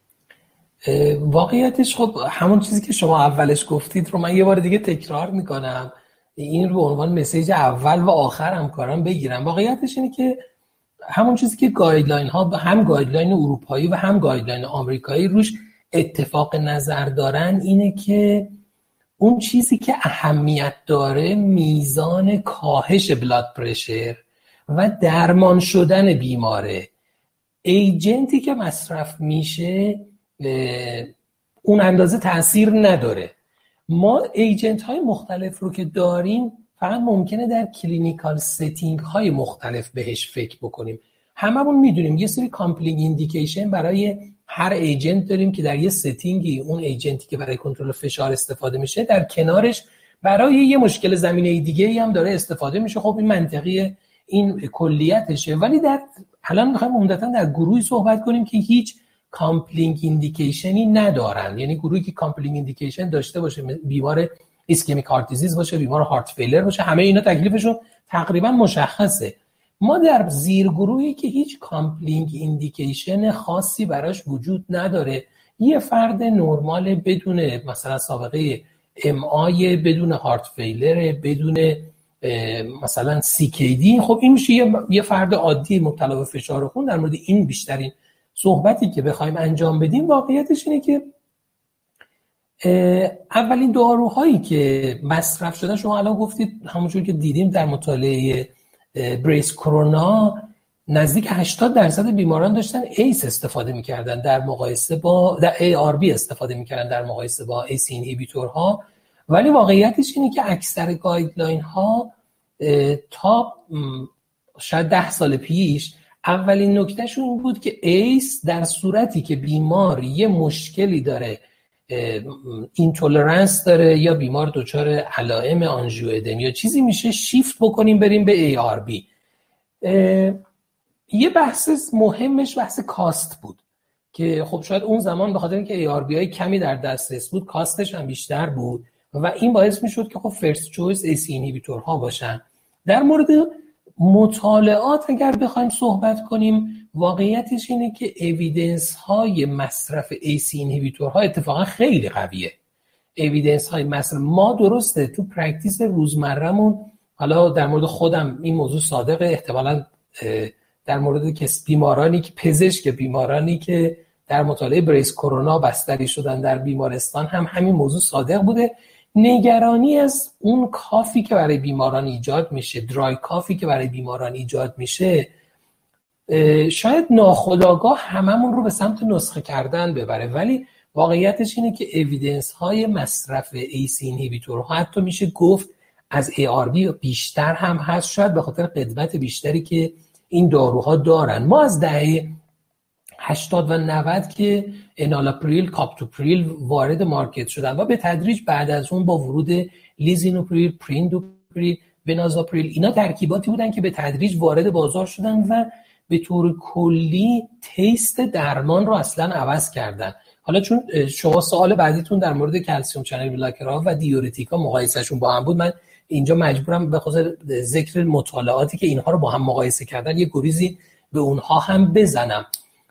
واقعیتش خب همون چیزی که شما اولش گفتید رو من یه بار دیگه تکرار میکنم، این رو به عنوان مسیج اول و آخر همکاران بگیرم. واقعیتش اینه که همون چیزی که گایدلاین ها، هم گایدلاین اروپایی و هم گایدلاین آمریکایی روش اتفاق نظر دارن، اینه که اون چیزی که اهمیت داره میزان کاهش بلاد پرشر و درمان شدن بیماره. ایجنتی که مصرف میشه اون اندازه تأثیر نداره. ما ایجنت های مختلف رو که داریم فقط ممکنه در کلینیکال ستینگ های مختلف بهش فکر بکنیم. هممون میدونیم یه سری کامپلینگ ایندیکیشن برای هر ایجنت داریم که در یه ستینگی اون ایجنتی که برای کنترل فشار استفاده میشه در کنارش برای یه مشکل زمینه دیگه هم داره استفاده میشه. خب این منطقی این کلیتشه. ولی در الان میخوایم عمدتاً در گروهی صحبت کنیم که هیچ کامپلینگ ایندیکیشنی ندارن، یعنی گروهی که کامپلینگ ایندیکیشن داشته باشه، بیمار ایسکمیک هارت دیزیز باشه، بیمار هارت فیلر باشه، همه اینا تکلیفشون تقریبا مشخصه. ما در زیر گروهی که هیچ کامپلینگ ایندیکیشن خاصی براش وجود نداره، یه فرد نرمال بدون مثلا سابقه ام آی، بدون هارت فیلر، بدون مثلا CKD، خب این میشه یه فرد عادی مبتلا به فشار خون. در مورد این بیشترین صحبتی که بخوایم انجام بدیم واقعیتش اینه که اولین داروهایی که مصرف شدن، شما الان گفتید همونجور که دیدیم در مطالعه بریس کرونا نزدیک 80% بیماران داشتن ایس استفاده می‌کردن در مقایسه با ARB استفاده می‌کردن در مقایسه با ایس اینهیبیتورها. ولی واقعیتش اینه که اکثر گایدلاین ها تا شاید 10 سال پیش اولین نکتهشون این بود که ایس در صورتی که بیمار یه مشکلی داره، اینتولرنس داره یا بیمار دچار علائم آنژیوادمی یا چیزی میشه، شیفت بکنیم بریم به ARB. یه بحث مهمش بحث کاست بود که خب شاید اون زمان به خاطر اینکه ARB های کمی در دسترس بود کاستش هم بیشتر بود و این باعث میشد که خب فرست چویس ایس اینهیبیتورها باشن. در مورد مطالعات اگر بخوایم صحبت کنیم، واقعیتش اینه که اوییدنس های مصرف ایس اینهیبیتورها اتفاقا خیلی قویه. اوییدنس های مصرف ما درسته تو پرکتیس روزمرهمون، حالا در مورد خودم این موضوع صادقه، احتمالاً در مورد بیمارانی که پزشک، بیمارانی که در مطالعه بریس کرونا بستری شدن در بیمارستان هم همین موضوع صادق بوده. نگرانی از اون کافی که برای بیماران ایجاد میشه، درای کافی که برای بیماران ایجاد میشه، شاید ناخودآگاه هممون رو به سمت نسخه کردن ببره، ولی واقعیتش اینه که اویدنس های مصرف ACE اینهیبیتورها حتی میشه گفت از ARB بیشتر هم هست، شاید به خاطر قدمت بیشتری که این داروها دارن. ما از دهه 80 و 90 که انالاپریل، کاپتوپریل وارد مارکت شدن و به تدریج بعد از اون با ورود لیزینوپریل، پریندوپریل، بنازاپریل، اینا ترکیباتی بودن که به تدریج وارد بازار شدن و به طور کلی تیست درمان رو اصلا عوض کردن. حالا چون شما سوال بعدیتون در مورد کلسیم چنل بلاکرها و دیورتیکا مقایسهشون با هم بود، من اینجا مجبورم به خاطر ذکر مطالعاتی که اینها رو با هم مقایسه کردن یه گریزی به اونها هم بزنم.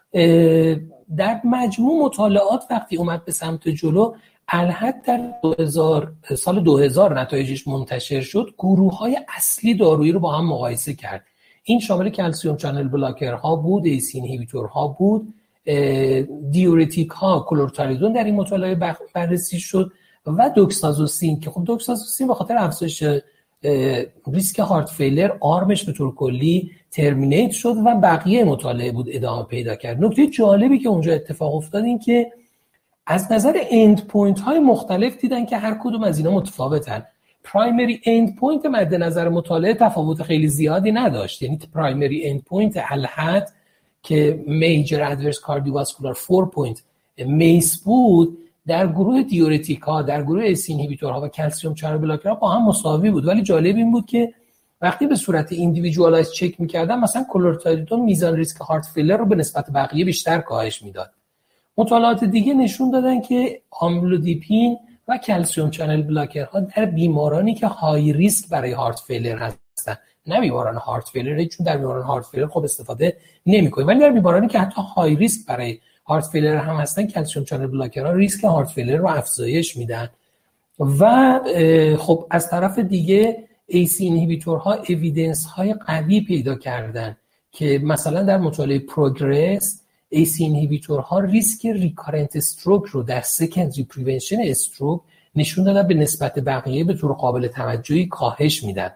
در مجموع مطالعات وقتی اومد به سمت جلو، الحد در سال 2000 نتایجش منتشر شد، گروه‌های اصلی دارویی رو با هم مقایسه کرد. این شامل کلسیم چنل بلاکرها بود، ACE اینهیبیتورها بود، دیورتیک ها، کلورتالیدون در این مطالعه بررسی شد و دوکسازوسین که خب دوکسازوسین به خاطر افزایش ریسک هارت فیلر آرمش به طور کلی ترمینیت شد و بقیه مطالعه بود ادامه پیدا کرد. نکته جالبی که اونجا اتفاق افتاد این که از نظر اند پوینت های مختلف دیدن که هر کدوم از اینا متفاوتن. پرایمری اند پوینت مد نظر مطالعه تفاوت خیلی زیادی نداشت، یعنی پرایمری اند پوینت الحد که میجر ادورس کاردیوواسکولار 4 پوینت میس بود، در گروه دیورتیکا، در گروه ACE اینهیبیتورها و کلسیم چنل بلاکرها با هم مساوی بود. ولی جالب این بود که وقتی به صورت ایندیویدوالایز چک می‌کردن، مثلا کلورتالیدون میزان ریسک هارت فیلر رو به نسبت بقیه بیشتر کاهش میداد. مطالعات دیگه نشون دادن که آملودیپین و کلسیم چنل بلاکرها در بیمارانی که های ریسک برای هارت فیلر هستن، نه بیماران هارت فیلر، چون در بیماران هارت فیلر خب استفاده نمی‌کنیم، ولی در بیمارانی که حتی های ریسک برای هارت فیلر هم هستن، کلسیم چنل بلاکرها ریسک هارت فیلر رو افزایش میدن. و خب از طرف دیگه ACE اینهیبیتورها اویدنس های قوی پیدا کردن که مثلا در مطالعه پروگرس ACE اینهیبیتورها ریسک ریکارنت استروک رو در سکندری پریونشن استروک نشون دادن به نسبت بقیه به طور قابل توجهی کاهش میدن.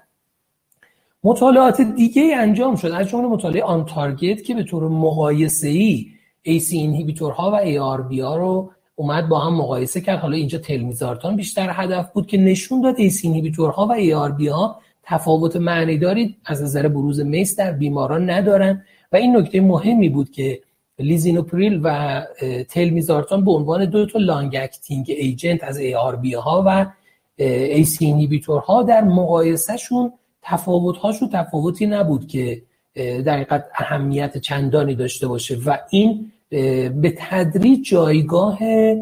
مطالعات دیگه انجام شد، از جمله مطالعه آن تارگت که به طور مقایسه‌ای ACE اینهیبیتورها و ARB ها رو اومد با هم مقایسه کرد. حالا اینجا تلمیزارتان بیشتر هدف بود که نشون داد ACE اینهیبیتورها و ARB ها تفاوت معنیداری از نظر بروز میس در بیماران ندارن و این نکته مهمی بود که لیزینوپریل و تلمیزارتان به عنوان دو تا لانگ اکتینگ ایجنت از ARB ها و ACE اینهیبیتورها در مقایسهشون تفاوت‌هاشون تفاوتی نبود که در حقیقت اهمیت چندانی داشته باشه و این به تدریج جایگاه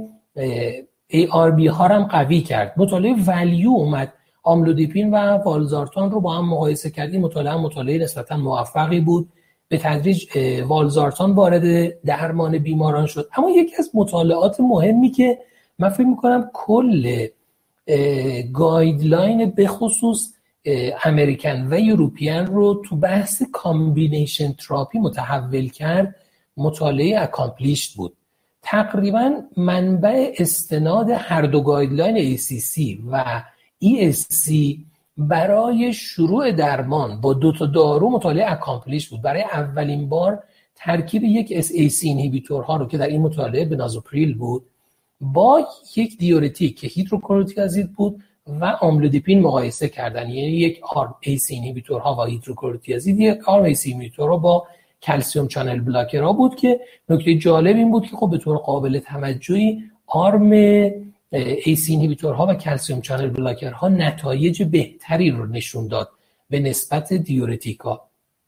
ARB ها هم قوی کرد. مطالعه ولیو اومد آملودیپین و والزارتان رو با هم مقایسه کرد. این مطالعه نسبتا موفقی بود. به تدریج والزارتان وارد درمان بیماران شد. اما یکی از مطالعات مهمی که من فکر می‌کنم کل گایدلاین به خصوص امریکن و یوروپیان رو تو بحث کامبینیشن تراپی متحول کرد، مطالعه اکامپلیشت بود. تقریبا منبع استناد هر دو گایدلاین ACC و ESC برای شروع درمان با دو تا دارو مطالعه اکامپلیشت بود. برای اولین بار ترکیب یک ACE اینهیبیتورها رو که در این مطالعه بنازوپریل بود با یک دیورتیک که هیدروکلوروتیازید بود و آملودیپین مقایسه کردن، یعنی یک آرم ACE اینهیبیتورها و هیدروکلوروتیازید، یک آرم ACE اینهیبیتورها با کلسیم چنل بلاکرها بود که نکته جالب این بود که خب به طور قابل توجهی آرم ACE اینهیبیتورها و کلسیم چنل بلاکرها نتایج بهتری رو نشون داد به نسبت دیورتیکا.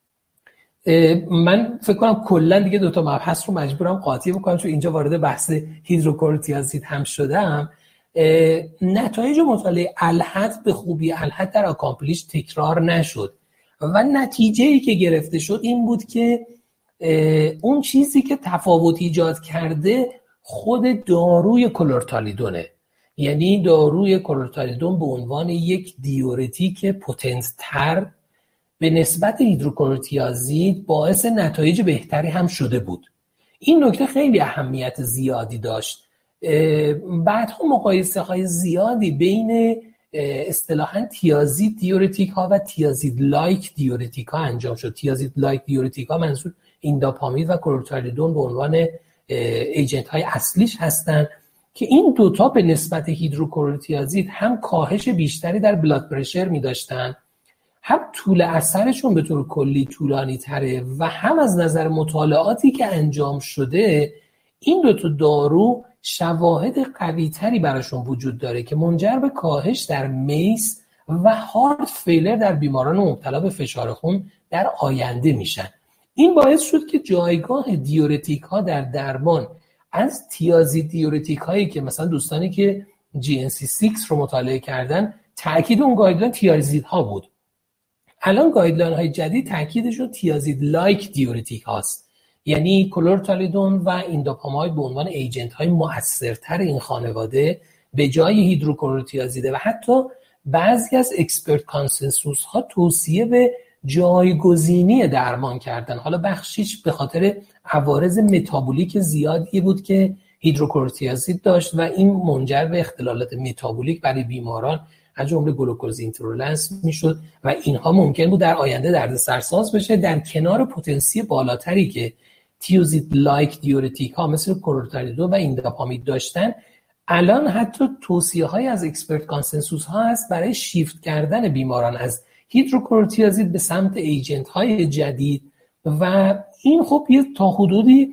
من فکر کنم کلا دیگه دو تا مبحث رو مجبورم قاطی بکنم چون اینجا وارد بحث هیدروکلوروتیازید هم شدم. نتایج مطالعه الحد به خوبی الحد در اکامپلیش تکرار نشد و نتیجه‌ای که گرفته شد این بود که اون چیزی که تفاوت ایجاد کرده خود داروی کلورتالیدونه، یعنی داروی کلورتالیدون به عنوان یک دیورتیک پتنت تر به نسبت هیدروکلوروتیازید باعث نتایج بهتری هم شده بود. این نکته خیلی اهمیت زیادی داشت. بعدها مقایسه های زیادی بین اصطلاحاً تیازید دیورتیک ها و تیازید لایک دیورتیک ها انجام شد. تیازید لایک دیورتیک ها منظور اینداپامید و کلورتالدون به عنوان ایجنت های اصلیش هستند که این دوتا به نسبت هیدروکلورتیازید هم کاهش بیشتری در بلاد پرشر می داشتن، هم طول اثرشون به طور کلی طولانی تره و هم از نظر مطالعاتی که انجام شده این دوتا دارو شواهد قوی تری براشون وجود داره که منجر به کاهش در میس و هارت فیلر در بیماران مبتلا به فشار خون در آینده میشن. این باعث شد که جایگاه دیورتیک ها در درمان از تیازید دیورتیک هایی که مثلا دوستانی که GNC6 رو مطالعه کردن تاکید اون گایدلاین تیازید ها بود. الان گایدلاین های جدید تاکیدشون تیازید لایک دیورتیک هاست، یعنی کلورتالدون و ایندوپاماید به عنوان ایجنت های مؤثرتر این خانواده به جای هیدروکلورتیازیده و حتی بعضی از اکسپرت کانسنسوس ها توصیه به جایگزینی درمان کردن. حالا بخشیش به خاطر عوارض متابولیک زیادی بود که هیدروکلورتیازید داشت و این منجر به اختلالات متابولیک برای بیماران از جمله گلوکوز اینتولرنس میشد و اینها ممکن بود در آینده دردسرساز بشه، در کنار پتانسیل بالاتری که تیازید لایک دیورتیک ها مثل کلورتالدون و اینداپامید داشتن. الان حتی توصیه های از اکسپرت کانسنسوس ها هست برای شیفت کردن بیماران از هیدروکلورتیازید به سمت ایجنت های جدید و این خب یه تا حدودی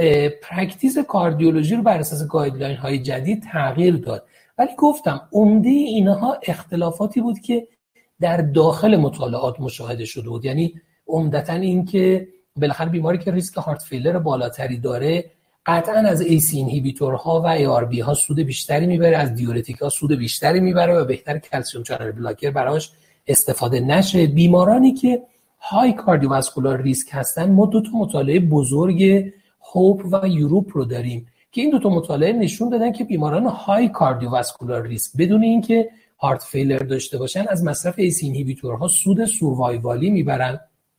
پرکتیس کاردیولوژی رو بر اساس گایدلاین های جدید تغییر داد. ولی گفتم عمده اینها اختلافاتی بود که در داخل مطالعات مشاهده شده بود، یعنی عمدتاً این که بالاخره بیماری که ریسک هارت فیلر بالاتری داره قطعاً از ایسی اینهیبیتورها و ای آر بی ها سود بیشتری میبره، از دیورتیک ها سود بیشتری میبره و بهتر کلسیم چنل بلاکر براش استفاده نشه. بیمارانی که های کاردیوواسکولار ریسک هستن ما دو تا مطالعه بزرگ هوپ و یوروپ رو داریم که این دو تا مطالعه نشون دادن که بیماران های کاردیوواسکولار ریسک بدون اینکه هارت فیلر داشته باشن از مصرف ایسی اینهیبیتورها سود سوروایوالی میبرن.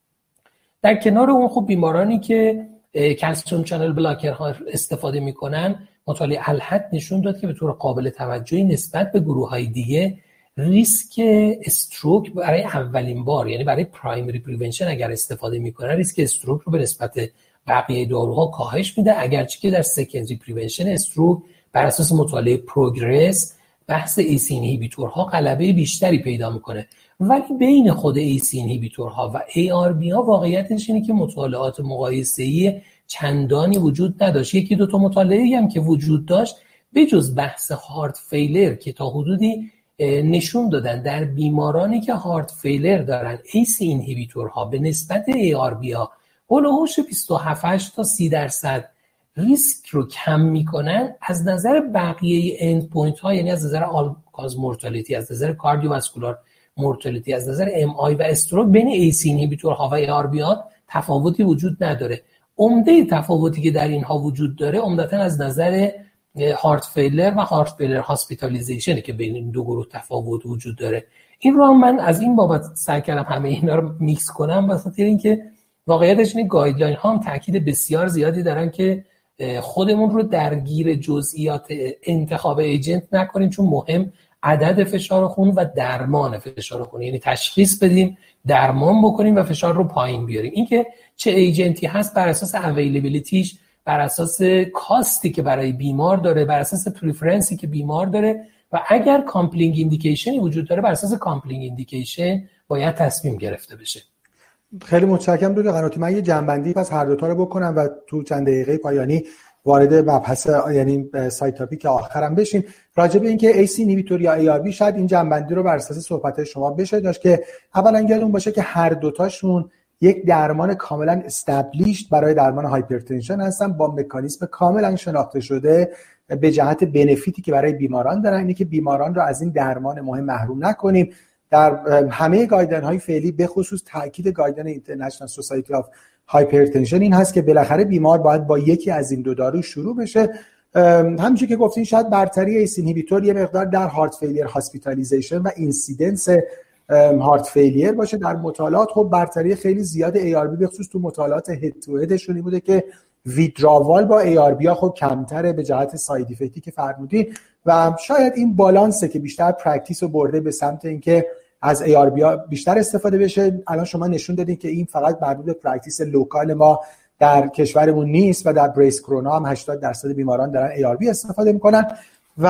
در کنار اون خب بیمارانی که کلسیم چنل بلاکر ها استفاده میکنن مطالعه الحد نشون داد که به طور قابل توجهی نسبت به گروه های دیگه ریسک استروک برای اولین بار، یعنی برای پرایمری پریونشن اگر استفاده میکنن ریسک استروک رو به نسبت بقیه داروها کاهش میده، اگرچه که در سکندری پریونشن استروک بر اساس مطالعه پروگرس بحث ایسی اینهیبیتورها غلبه بیشتری پیدا میکنه. ولی بین خود ایسی اینهیبیتورها و ای آر بی ها واقعیتش اینه که مطالعات مقایسه‌ای چندانی وجود نداشت. یکی دو تا مطالعه هم که وجود داشت به جز بحث هارت فیلر که تا حدودی نشون دادن در بیمارانی که هارت فیلر دارن ایسی اینهیبیتورها به نسبت ای آر بی ها هولوش 27 تا 30% ریسک رو کم میکنن. از نظر بقیه اند پوینت ها، یعنی از نظر آل کاز مورتالیتی، از نظر کاردیوواسکولار مورتالیتی، از نظر ام آی و استروک بین ایسی اینهیبیتورها و ای آر بی ها تفاوتی وجود نداره. عمده تفاوتی که در اینها وجود داره عمدتاً از نظر هارت فیلر و هارت فیلر هاسپیتالیزیشنه که بین این دو گروه تفاوت وجود داره. این رو من از این بابت سعی کردم همه اینا رو میکس کنم واسه اینکه واقعیتش این گایدلاین ها هم تاکید بسیار زیادی دارن که خودمون رو درگیر جزئیات انتخاب ایجنت نکنیم، چون مهم عدد فشار خون و درمان فشار خون، یعنی تشخیص بدیم، درمان بکنیم و فشار رو پایین بیاریم. اینکه چه ایجنتی هست بر اساس اویلیبیلیتیش، بر اساس کاستی که برای بیمار داره، بر اساس پریفرنسی که بیمار داره و اگر کامپلینگ ایندیکیشنی وجود داره بر اساس کامپلینگ ایندیکیشن باید تصمیم گرفته بشه. خیلی متشکرم دکتر قناتی. من یه جنبندی پس هر دو تا رو بکنم و تو چند دقیقه پایانی وارد مبحث یعنی سایت تاپیک آخرم بشیم. راجع به اینکه ایسی اینهیبیتور یا ای آر بی شاید این جنبندی رو بر اساس صحبت شما بشه داشت که اولا یادتون باشه که هر دو تاشون یک درمان کاملا استابلیشد برای درمان هایپرتنشن هستن با مکانیزم کاملا شناخته شده به جهت بنفیتی که برای بیماران دارن. اینه که بیماران رو از این درمان مهم محروم نکنیم. در همه گایدلاین های فعلی به خصوص تاکید گایدلاین اینترنشنال سوسایتی آف هایپرتنشن این هست که بالاخره بیمار باید با یکی از این دو دارو شروع بشه. همونجوری که گفتین شاید برتری ایس اینهیبیتور یه مقدار در هارت فیلیر هاسپیتالیزیشن و اینسیدنس هارت فیلیر باشه. در مطالعات خب برتری خیلی زیاد ای آر بی به خصوص تو مطالعات هد تو هدشون بوده که ویدراوال با ARB ها خب کمتره به جهت ساید افکتی که فرمودین و شاید این بالانسه که بیشتر پرکتیس رو برده به سمت اینکه از ARB ها بیشتر استفاده بشه. الان شما نشون دادین که این فقط مربوط به پرکتیس لوکال ما در کشورمون نیست و در بریس کرونا هم 80% بیماران دارن ARB استفاده میکنن و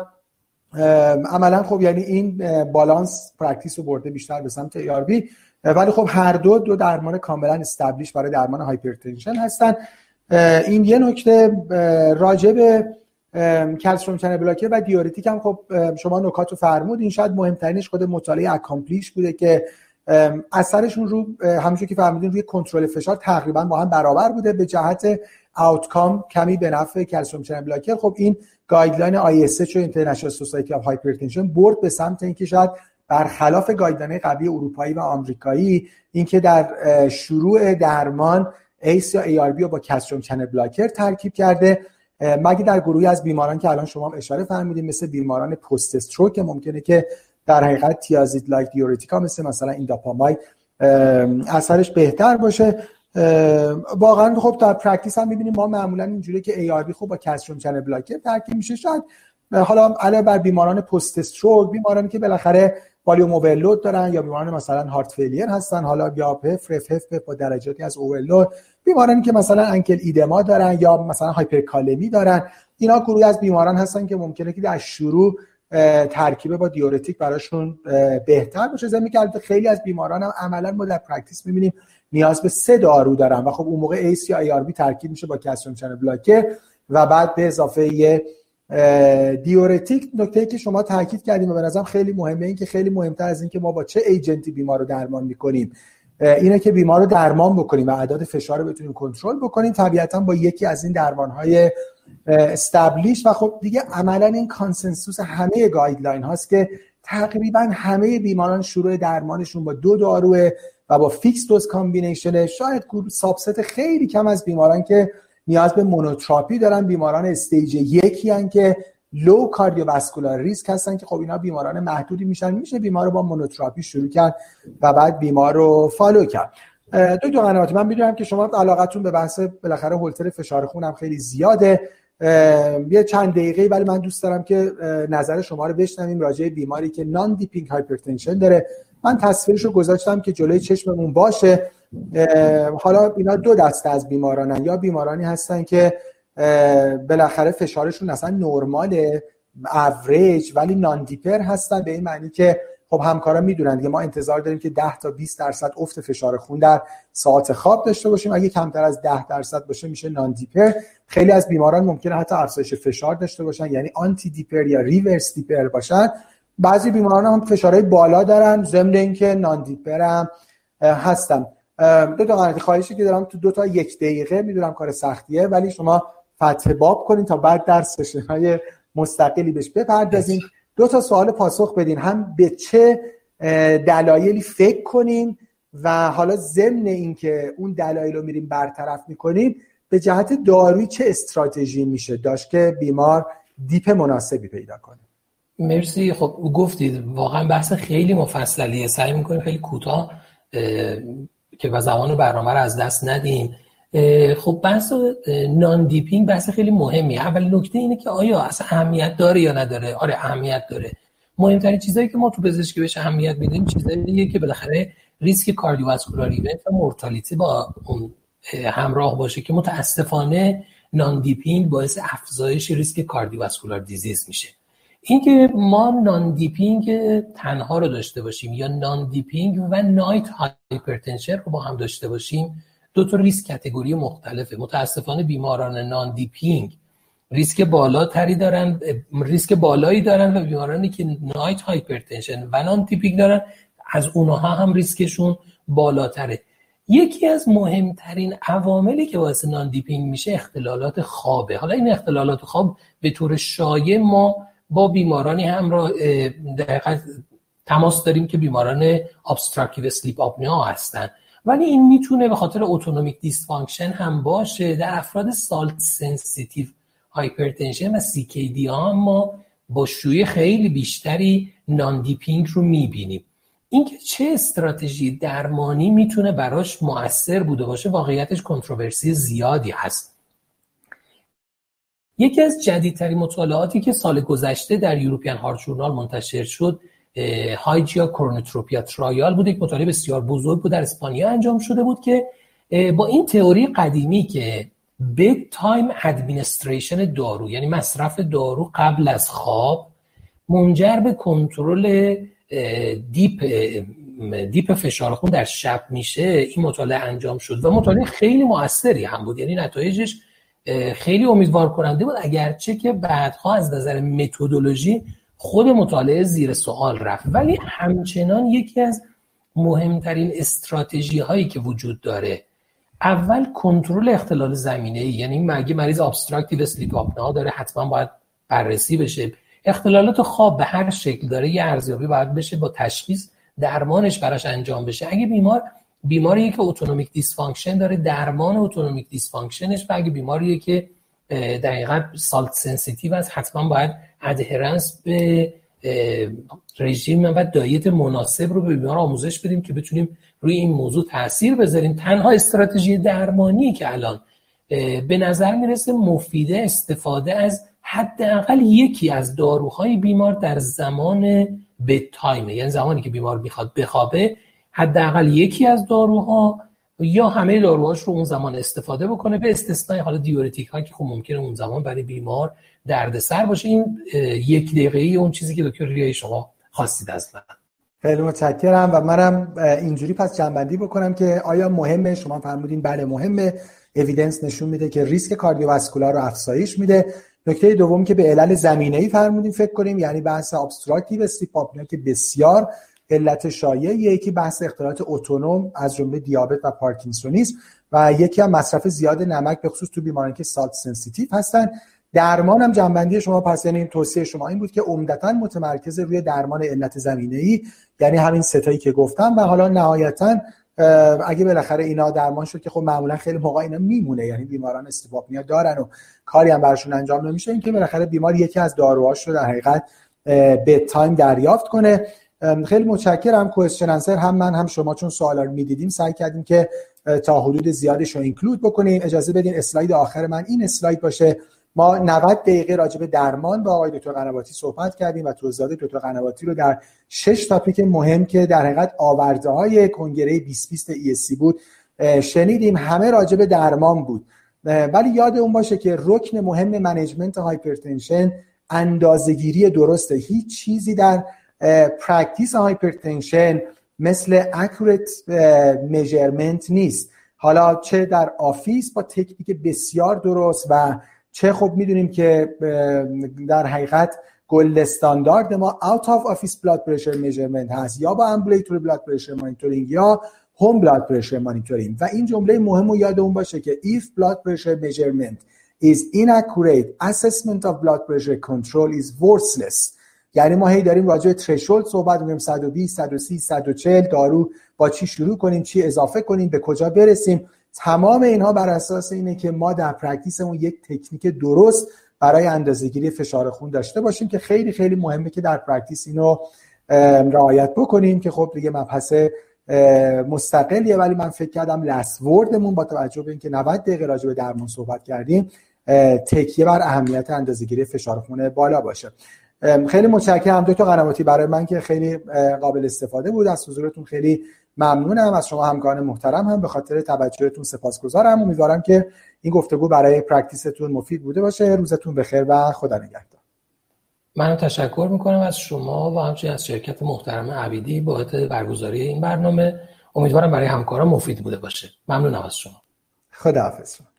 عملا خب یعنی این بالانس پرکتیس رو برده بیشتر به سمت ARB، ولی خب هر دو درمان کاملا استابلیش برای درمان هایپرتنشن هستن. این یه نکته راجع به کلسیم چنل بلاکر و دیورتیک هم خب شما نکات رو فرمودین. شاید مهمترینش خود مطالعه اکامپلیش بوده که اثرشون رو همونجوری که فرمودین روی کنترل فشار تقریبا با هم برابر بوده. به جهت آوتکام کمی به نفع کلسیم چنل بلاکر. خب این گایدلاین ISH و اینترنشنال سوسایتی آف هایپرتنشن برد به سمت اینکه شاید برخلاف گایدلاین قبلی اروپایی و آمریکایی اینکه در شروع درمان ایس یا ARB رو با کلسیم چنل بلاکر ترکیب کرده، مگه در گروهی از بیماران که الان شما هم اشاره فرمودید مثل بیماران پست استروک ممکنه که در حقیقت تیازید لایک دیورتیکا مثلا اینداپاماید اثرش بهتر باشه. واقعا خب در پرکتیس هم می‌بینیم ما معمولا اینجوریه که ARB خب با کلسیم چنل بلاکر ترکیب میشه. شاید حالا علاوه بر بیماران پست استروک، بیمارانی که بالاخره والیوم اورلود دارن یا بیماران مثلا هارت فیلیر هستن، حالا یا هف با درجاتی از اورلود، بیمارانی که مثلا انکل ایدما دارن یا مثلا هایپرکالمی دارن، اینا گروهی از بیماران هستن که ممکنه که در شروع ترکیب با دیورتیک براشون بهتر باشه. زمین که البته خیلی از بیماران هم عملا ما در پرکتیس می‌بینیم نیاز به 3 دارو دارن و خب اون موقع ایس یا ARB ترکیب میشه با کلسیم چنل بلاکر و بعد به اضافه یه دیورتیک. نکته‌ای که شما تاکید کردیم و به نظرم خیلی مهمه، این که خیلی مهمتر از این که ما با چه ایجنتی بیمار رو درمان می‌کنیم اینه که بیمار رو درمان بکنیم و اعداد فشار رو بتونیم کنترل بکنیم، طبیعتاً با یکی از این درمان‌های استابلیش. و خب دیگه عملاً این کانسنسوس همه گایدلاین هاست که تقریباً همه بیماران شروع درمانشون با 2 داروه و با فیکس دوز کامبینیشن. شاید سابست خیلی کم از بیماران که نیاز به مونوتراپی دارن بیماران استیج 1 ان که لو کاردیوواسکولار ریسک هستن که خب اینا بیماران محدودی میشه بیمار رو با مونوتراپی شروع کرد و بعد بیمار رو فالو کرد. دو قناعت من میدونم که شما علاقتون به بحث بالاخره هولتر فشار خون هم خیلی زیاده، یه چند دقیقه ولی من دوست دارم که نظر شما رو بشنویم راجع به بیماری که نان دیپینگ هایپرتنشن داره. من تصویرشو گذاشتم که جلوی چشممون باشه. حالا اینا 2 دسته از بیمارانن، یا بیمارانی هستن که بالاخره فشارشون اصلا نرماله اوریج ولی نان دیپر هستن، به این معنی که خب همکارا میدونن که ما انتظار داریم که 10 تا 20% افت فشار خون در ساعت خواب داشته باشیم، اگه کمتر از 10% باشه میشه نان دیپر. خیلی از بیماران ممکنه حتی افزایش فشار داشته باشن یعنی آنتی دیپر یا ریورس دیپر باشن. بعضی بیماران هم فشارهای بالا دارن ضمن اینکه نان دیپر هم هستن. 2 تا خواهشی که دارم تو 2 تا 1 دقیقه، میدونم کار سختیه ولی شما فتح باب کنین تا بعد در سشن‌های مستقلی بهش بپردازین. 2 تا سوال پاسخ بدین، هم به چه دلایلی فکر کنیم و حالا ضمن این که اون دلایل رو میریم برطرف میکنیم به جهت دارویی چه استراتژی میشه داشت که بیمار دیپ مناسبی پیدا کنه. مرسی. خب گفتید واقعا بحث خیلی مفصلیه، سعی میکنیم خیلی کوتاه که و زمان برنامه رو از دست ندیم. خب بحث نان دیپینگ بحث خیلی مهمی. اول نکته اینه که آیا اصلا اهمیت داره یا نداره؟ آره اهمیت داره. مهمترین چیزایی که ما تو پزشکی بهش اهمیت میدیم چیزاییه که بالاخره ریسک کاردیوواسکولار ایونت و مورتالیتی با اون همراه باشه که متاسفانه نان دیپینگ باعث افزایش ریسک کاردیوواسکولار دیزیز میشه. اینکه ما نان دیپینگ تنها رو داشته باشیم یا نان دیپینگ و نایت هایپرتنشن رو با هم داشته باشیم 2 تا ریسک کاتگوری مختلفه. متاسفانه بیماران نان دیپینگ ریسک بالایی دارن و بیمارانی که نایت هایپرتنشن و نان دیپینگ دارن از اونها هم ریسکشون بالاتره. یکی از مهمترین عواملی که باعث نان دیپینگ میشه اختلالات خوابه. حالا این اختلالات خواب به طور شایع ما با بیمارانی همراه دقیقاً تماس داریم که بیماران obstructive sleep apnea هستن، ولی این میتونه به خاطر اتونومیک دیسفانکشن هم باشه. در افراد سالت سنسیتیو هایپرتنشن و CKD ها ما با شیوع خیلی بیشتری نان دیپینگ رو میبینیم. اینکه چه استراتژی درمانی میتونه براش مؤثر بوده باشه واقعیتش کنتروورسی زیادی هست. یکی از جدیدترین مطالعاتی که سال گذشته در یوروپیان هارت جورنال منتشر شد هایجیا کرونوتروپیا ترایال بود. یک مطالعه بسیار بزرگ بود، در اسپانیا انجام شده بود که با این تئوری قدیمی که بد تایم ادمنستریشن دارو، یعنی مصرف دارو قبل از خواب، منجر به کنترل دیپ فشار خون در شب میشه. این مطالعه انجام شد و مطالعه خیلی مؤثری هم بود، یعنی نتایجش خیلی امیدوار کننده بود، اگرچه که بعدها از نظر متدولوژی خود مطالعه زیر سوال رفت. ولی همچنان یکی از مهمترین استراتژی هایی که وجود داره، اول کنترل اختلال زمینه‌ای، یعنی مگه مریض ابستراکتیو اسلیپ آپنئا داره حتما باید بررسی بشه. اختلالات خواب به هر شکل داره یه ارزیابی باید بشه، با تشخیص درمانش براش انجام بشه. اگه بیماریه که اتونومیک دیسفانکشن داره، درمان اتونومیک دیسفانکشنش، و اگه بیماریه که دقیقاً سالت سنسیتیو است، حتما باید ادهرنس به رژیم و دایت مناسب رو به بیمار آموزش بدیم که بتونیم روی این موضوع تاثیر بذاریم. تنها استراتژی درمانی که الان به نظر میرسه مفیده استفاده از حداقل یکی از داروهای بیمار در زمان بد تایم، یعنی زمانی که بیمار میخواد بخوابه، حداقل یکی از داروها یا همه داروهاش رو اون زمان استفاده بکنه، به استثنای حالا دیورتیک ها که خب ممکنه اون زمان برای بیمار دردسر باشه. این یک دقیقه‌ای اون چیزی که دکتر ریایی شما خواستید از من. خیلی متشکرم و منم اینجوری پس جنبندی بکنم که آیا مهمه؟ شما فرمودین بله مهمه، اوییدنس نشون میده که ریسک کاردیوواسکولار رو افزایش میده. نکته دوم که به علل زمینه‌ای فرمودین فکر کنیم، یعنی بحث ابستراکتیو اسلیپ آپنیا که بسیار علت شایعه، یکی بحث اختلالات اتونوم از جمله دیابت و پارکینسونیسم و یکی هم مصرف زیاد نمک به خصوص تو بیمارانی که سالت سنسیتیو هستن. درمان هم جنبندی شما پس یعنی توصیه شما این بود که عمدتاً متمرکز روی درمان علت زمینه‌ای، یعنی همین ستایی که گفتم، و حالا نهایتاً اگه بالاخره اینا درمان شد که خب معمولا خیلی موقع اینا میمونه، یعنی بیماران اسلیپ آپنیا دارن و کاری هم براشون انجام نمیشه، این که بالاخره بیمار یکی از داروهاش رو در حقیقت بد تایم دریافت کنه. خیلی متشکرم. کوئسچن آنسر هم من هم شما چون سوالا رو میدیدیم سعی کردیم که تا حدود زیادش رو اینکلود بکنیم. اجازه بدین اسلاید آخر من این اسلاید باشه. ما 90 دقیقه راجع به درمان با آقای دکتر قنواتی صحبت کردیم و توضیحات دکتر قنواتی رو در 6 تاپیک مهم که در حقیقت آورده‌های کنگره 2020 ESC بود شنیدیم. همه راجع به درمان بود، ولی یاد اون باشه که رکن مهم منیجمنت هایپرتنشن اندازه‌گیری درسته. هیچ چیزی در پرکتیس هایپرتنشن مثل اکورت میجرمنت نیست، حالا چه در آفیس با تکنیک بسیار درست و چه خب میدونیم که در حقیقت گلد استاندارد ما out of office blood pressure measurement هست، یا با ambulatory blood pressure monitoring یا home blood pressure monitoring. و این جمله مهم رو یاد اون باشه که if blood pressure measurement is inaccurate, assessment of blood pressure control is worthless. یعنی ما هی داریم راجع به ترشولد صحبت می‌کنیم، 120 130 140 دارو با چی شروع کنیم، چی اضافه کنیم، به کجا برسیم. تمام اینها بر اساس اینه که ما در پرکتیسمون یک تکنیک درست برای اندازه‌گیری فشار خون داشته باشیم که خیلی خیلی مهمه که در پرکتیس اینو رعایت بکنیم، که خب دیگه مبحث مستقلیه. ولی من فکر کردم لاست وردمون با توجه به اینکه 90 دقیقه راجع به درمان صحبت کردیم تکیه بر اهمیت اندازه‌گیری فشار خون بالا باشه. خیلی متشکرم دکتر قنواتی، برای من که خیلی قابل استفاده بود. از حضورتون خیلی ممنونم. از شما همکاران محترم هم به خاطر توجهتون سپاسگزارم. امیدوارم که این گفتگو برای پرکتیستون مفید بوده باشه. روزتون بخیر و خدا نگهدار. من تشکر میکنم از شما و همچنین از شرکت محترم عبیدی بابت برگزاری این برنامه. امیدوارم برای همکاران مفید بوده باشه. ممنونم از شما. خداحافظ.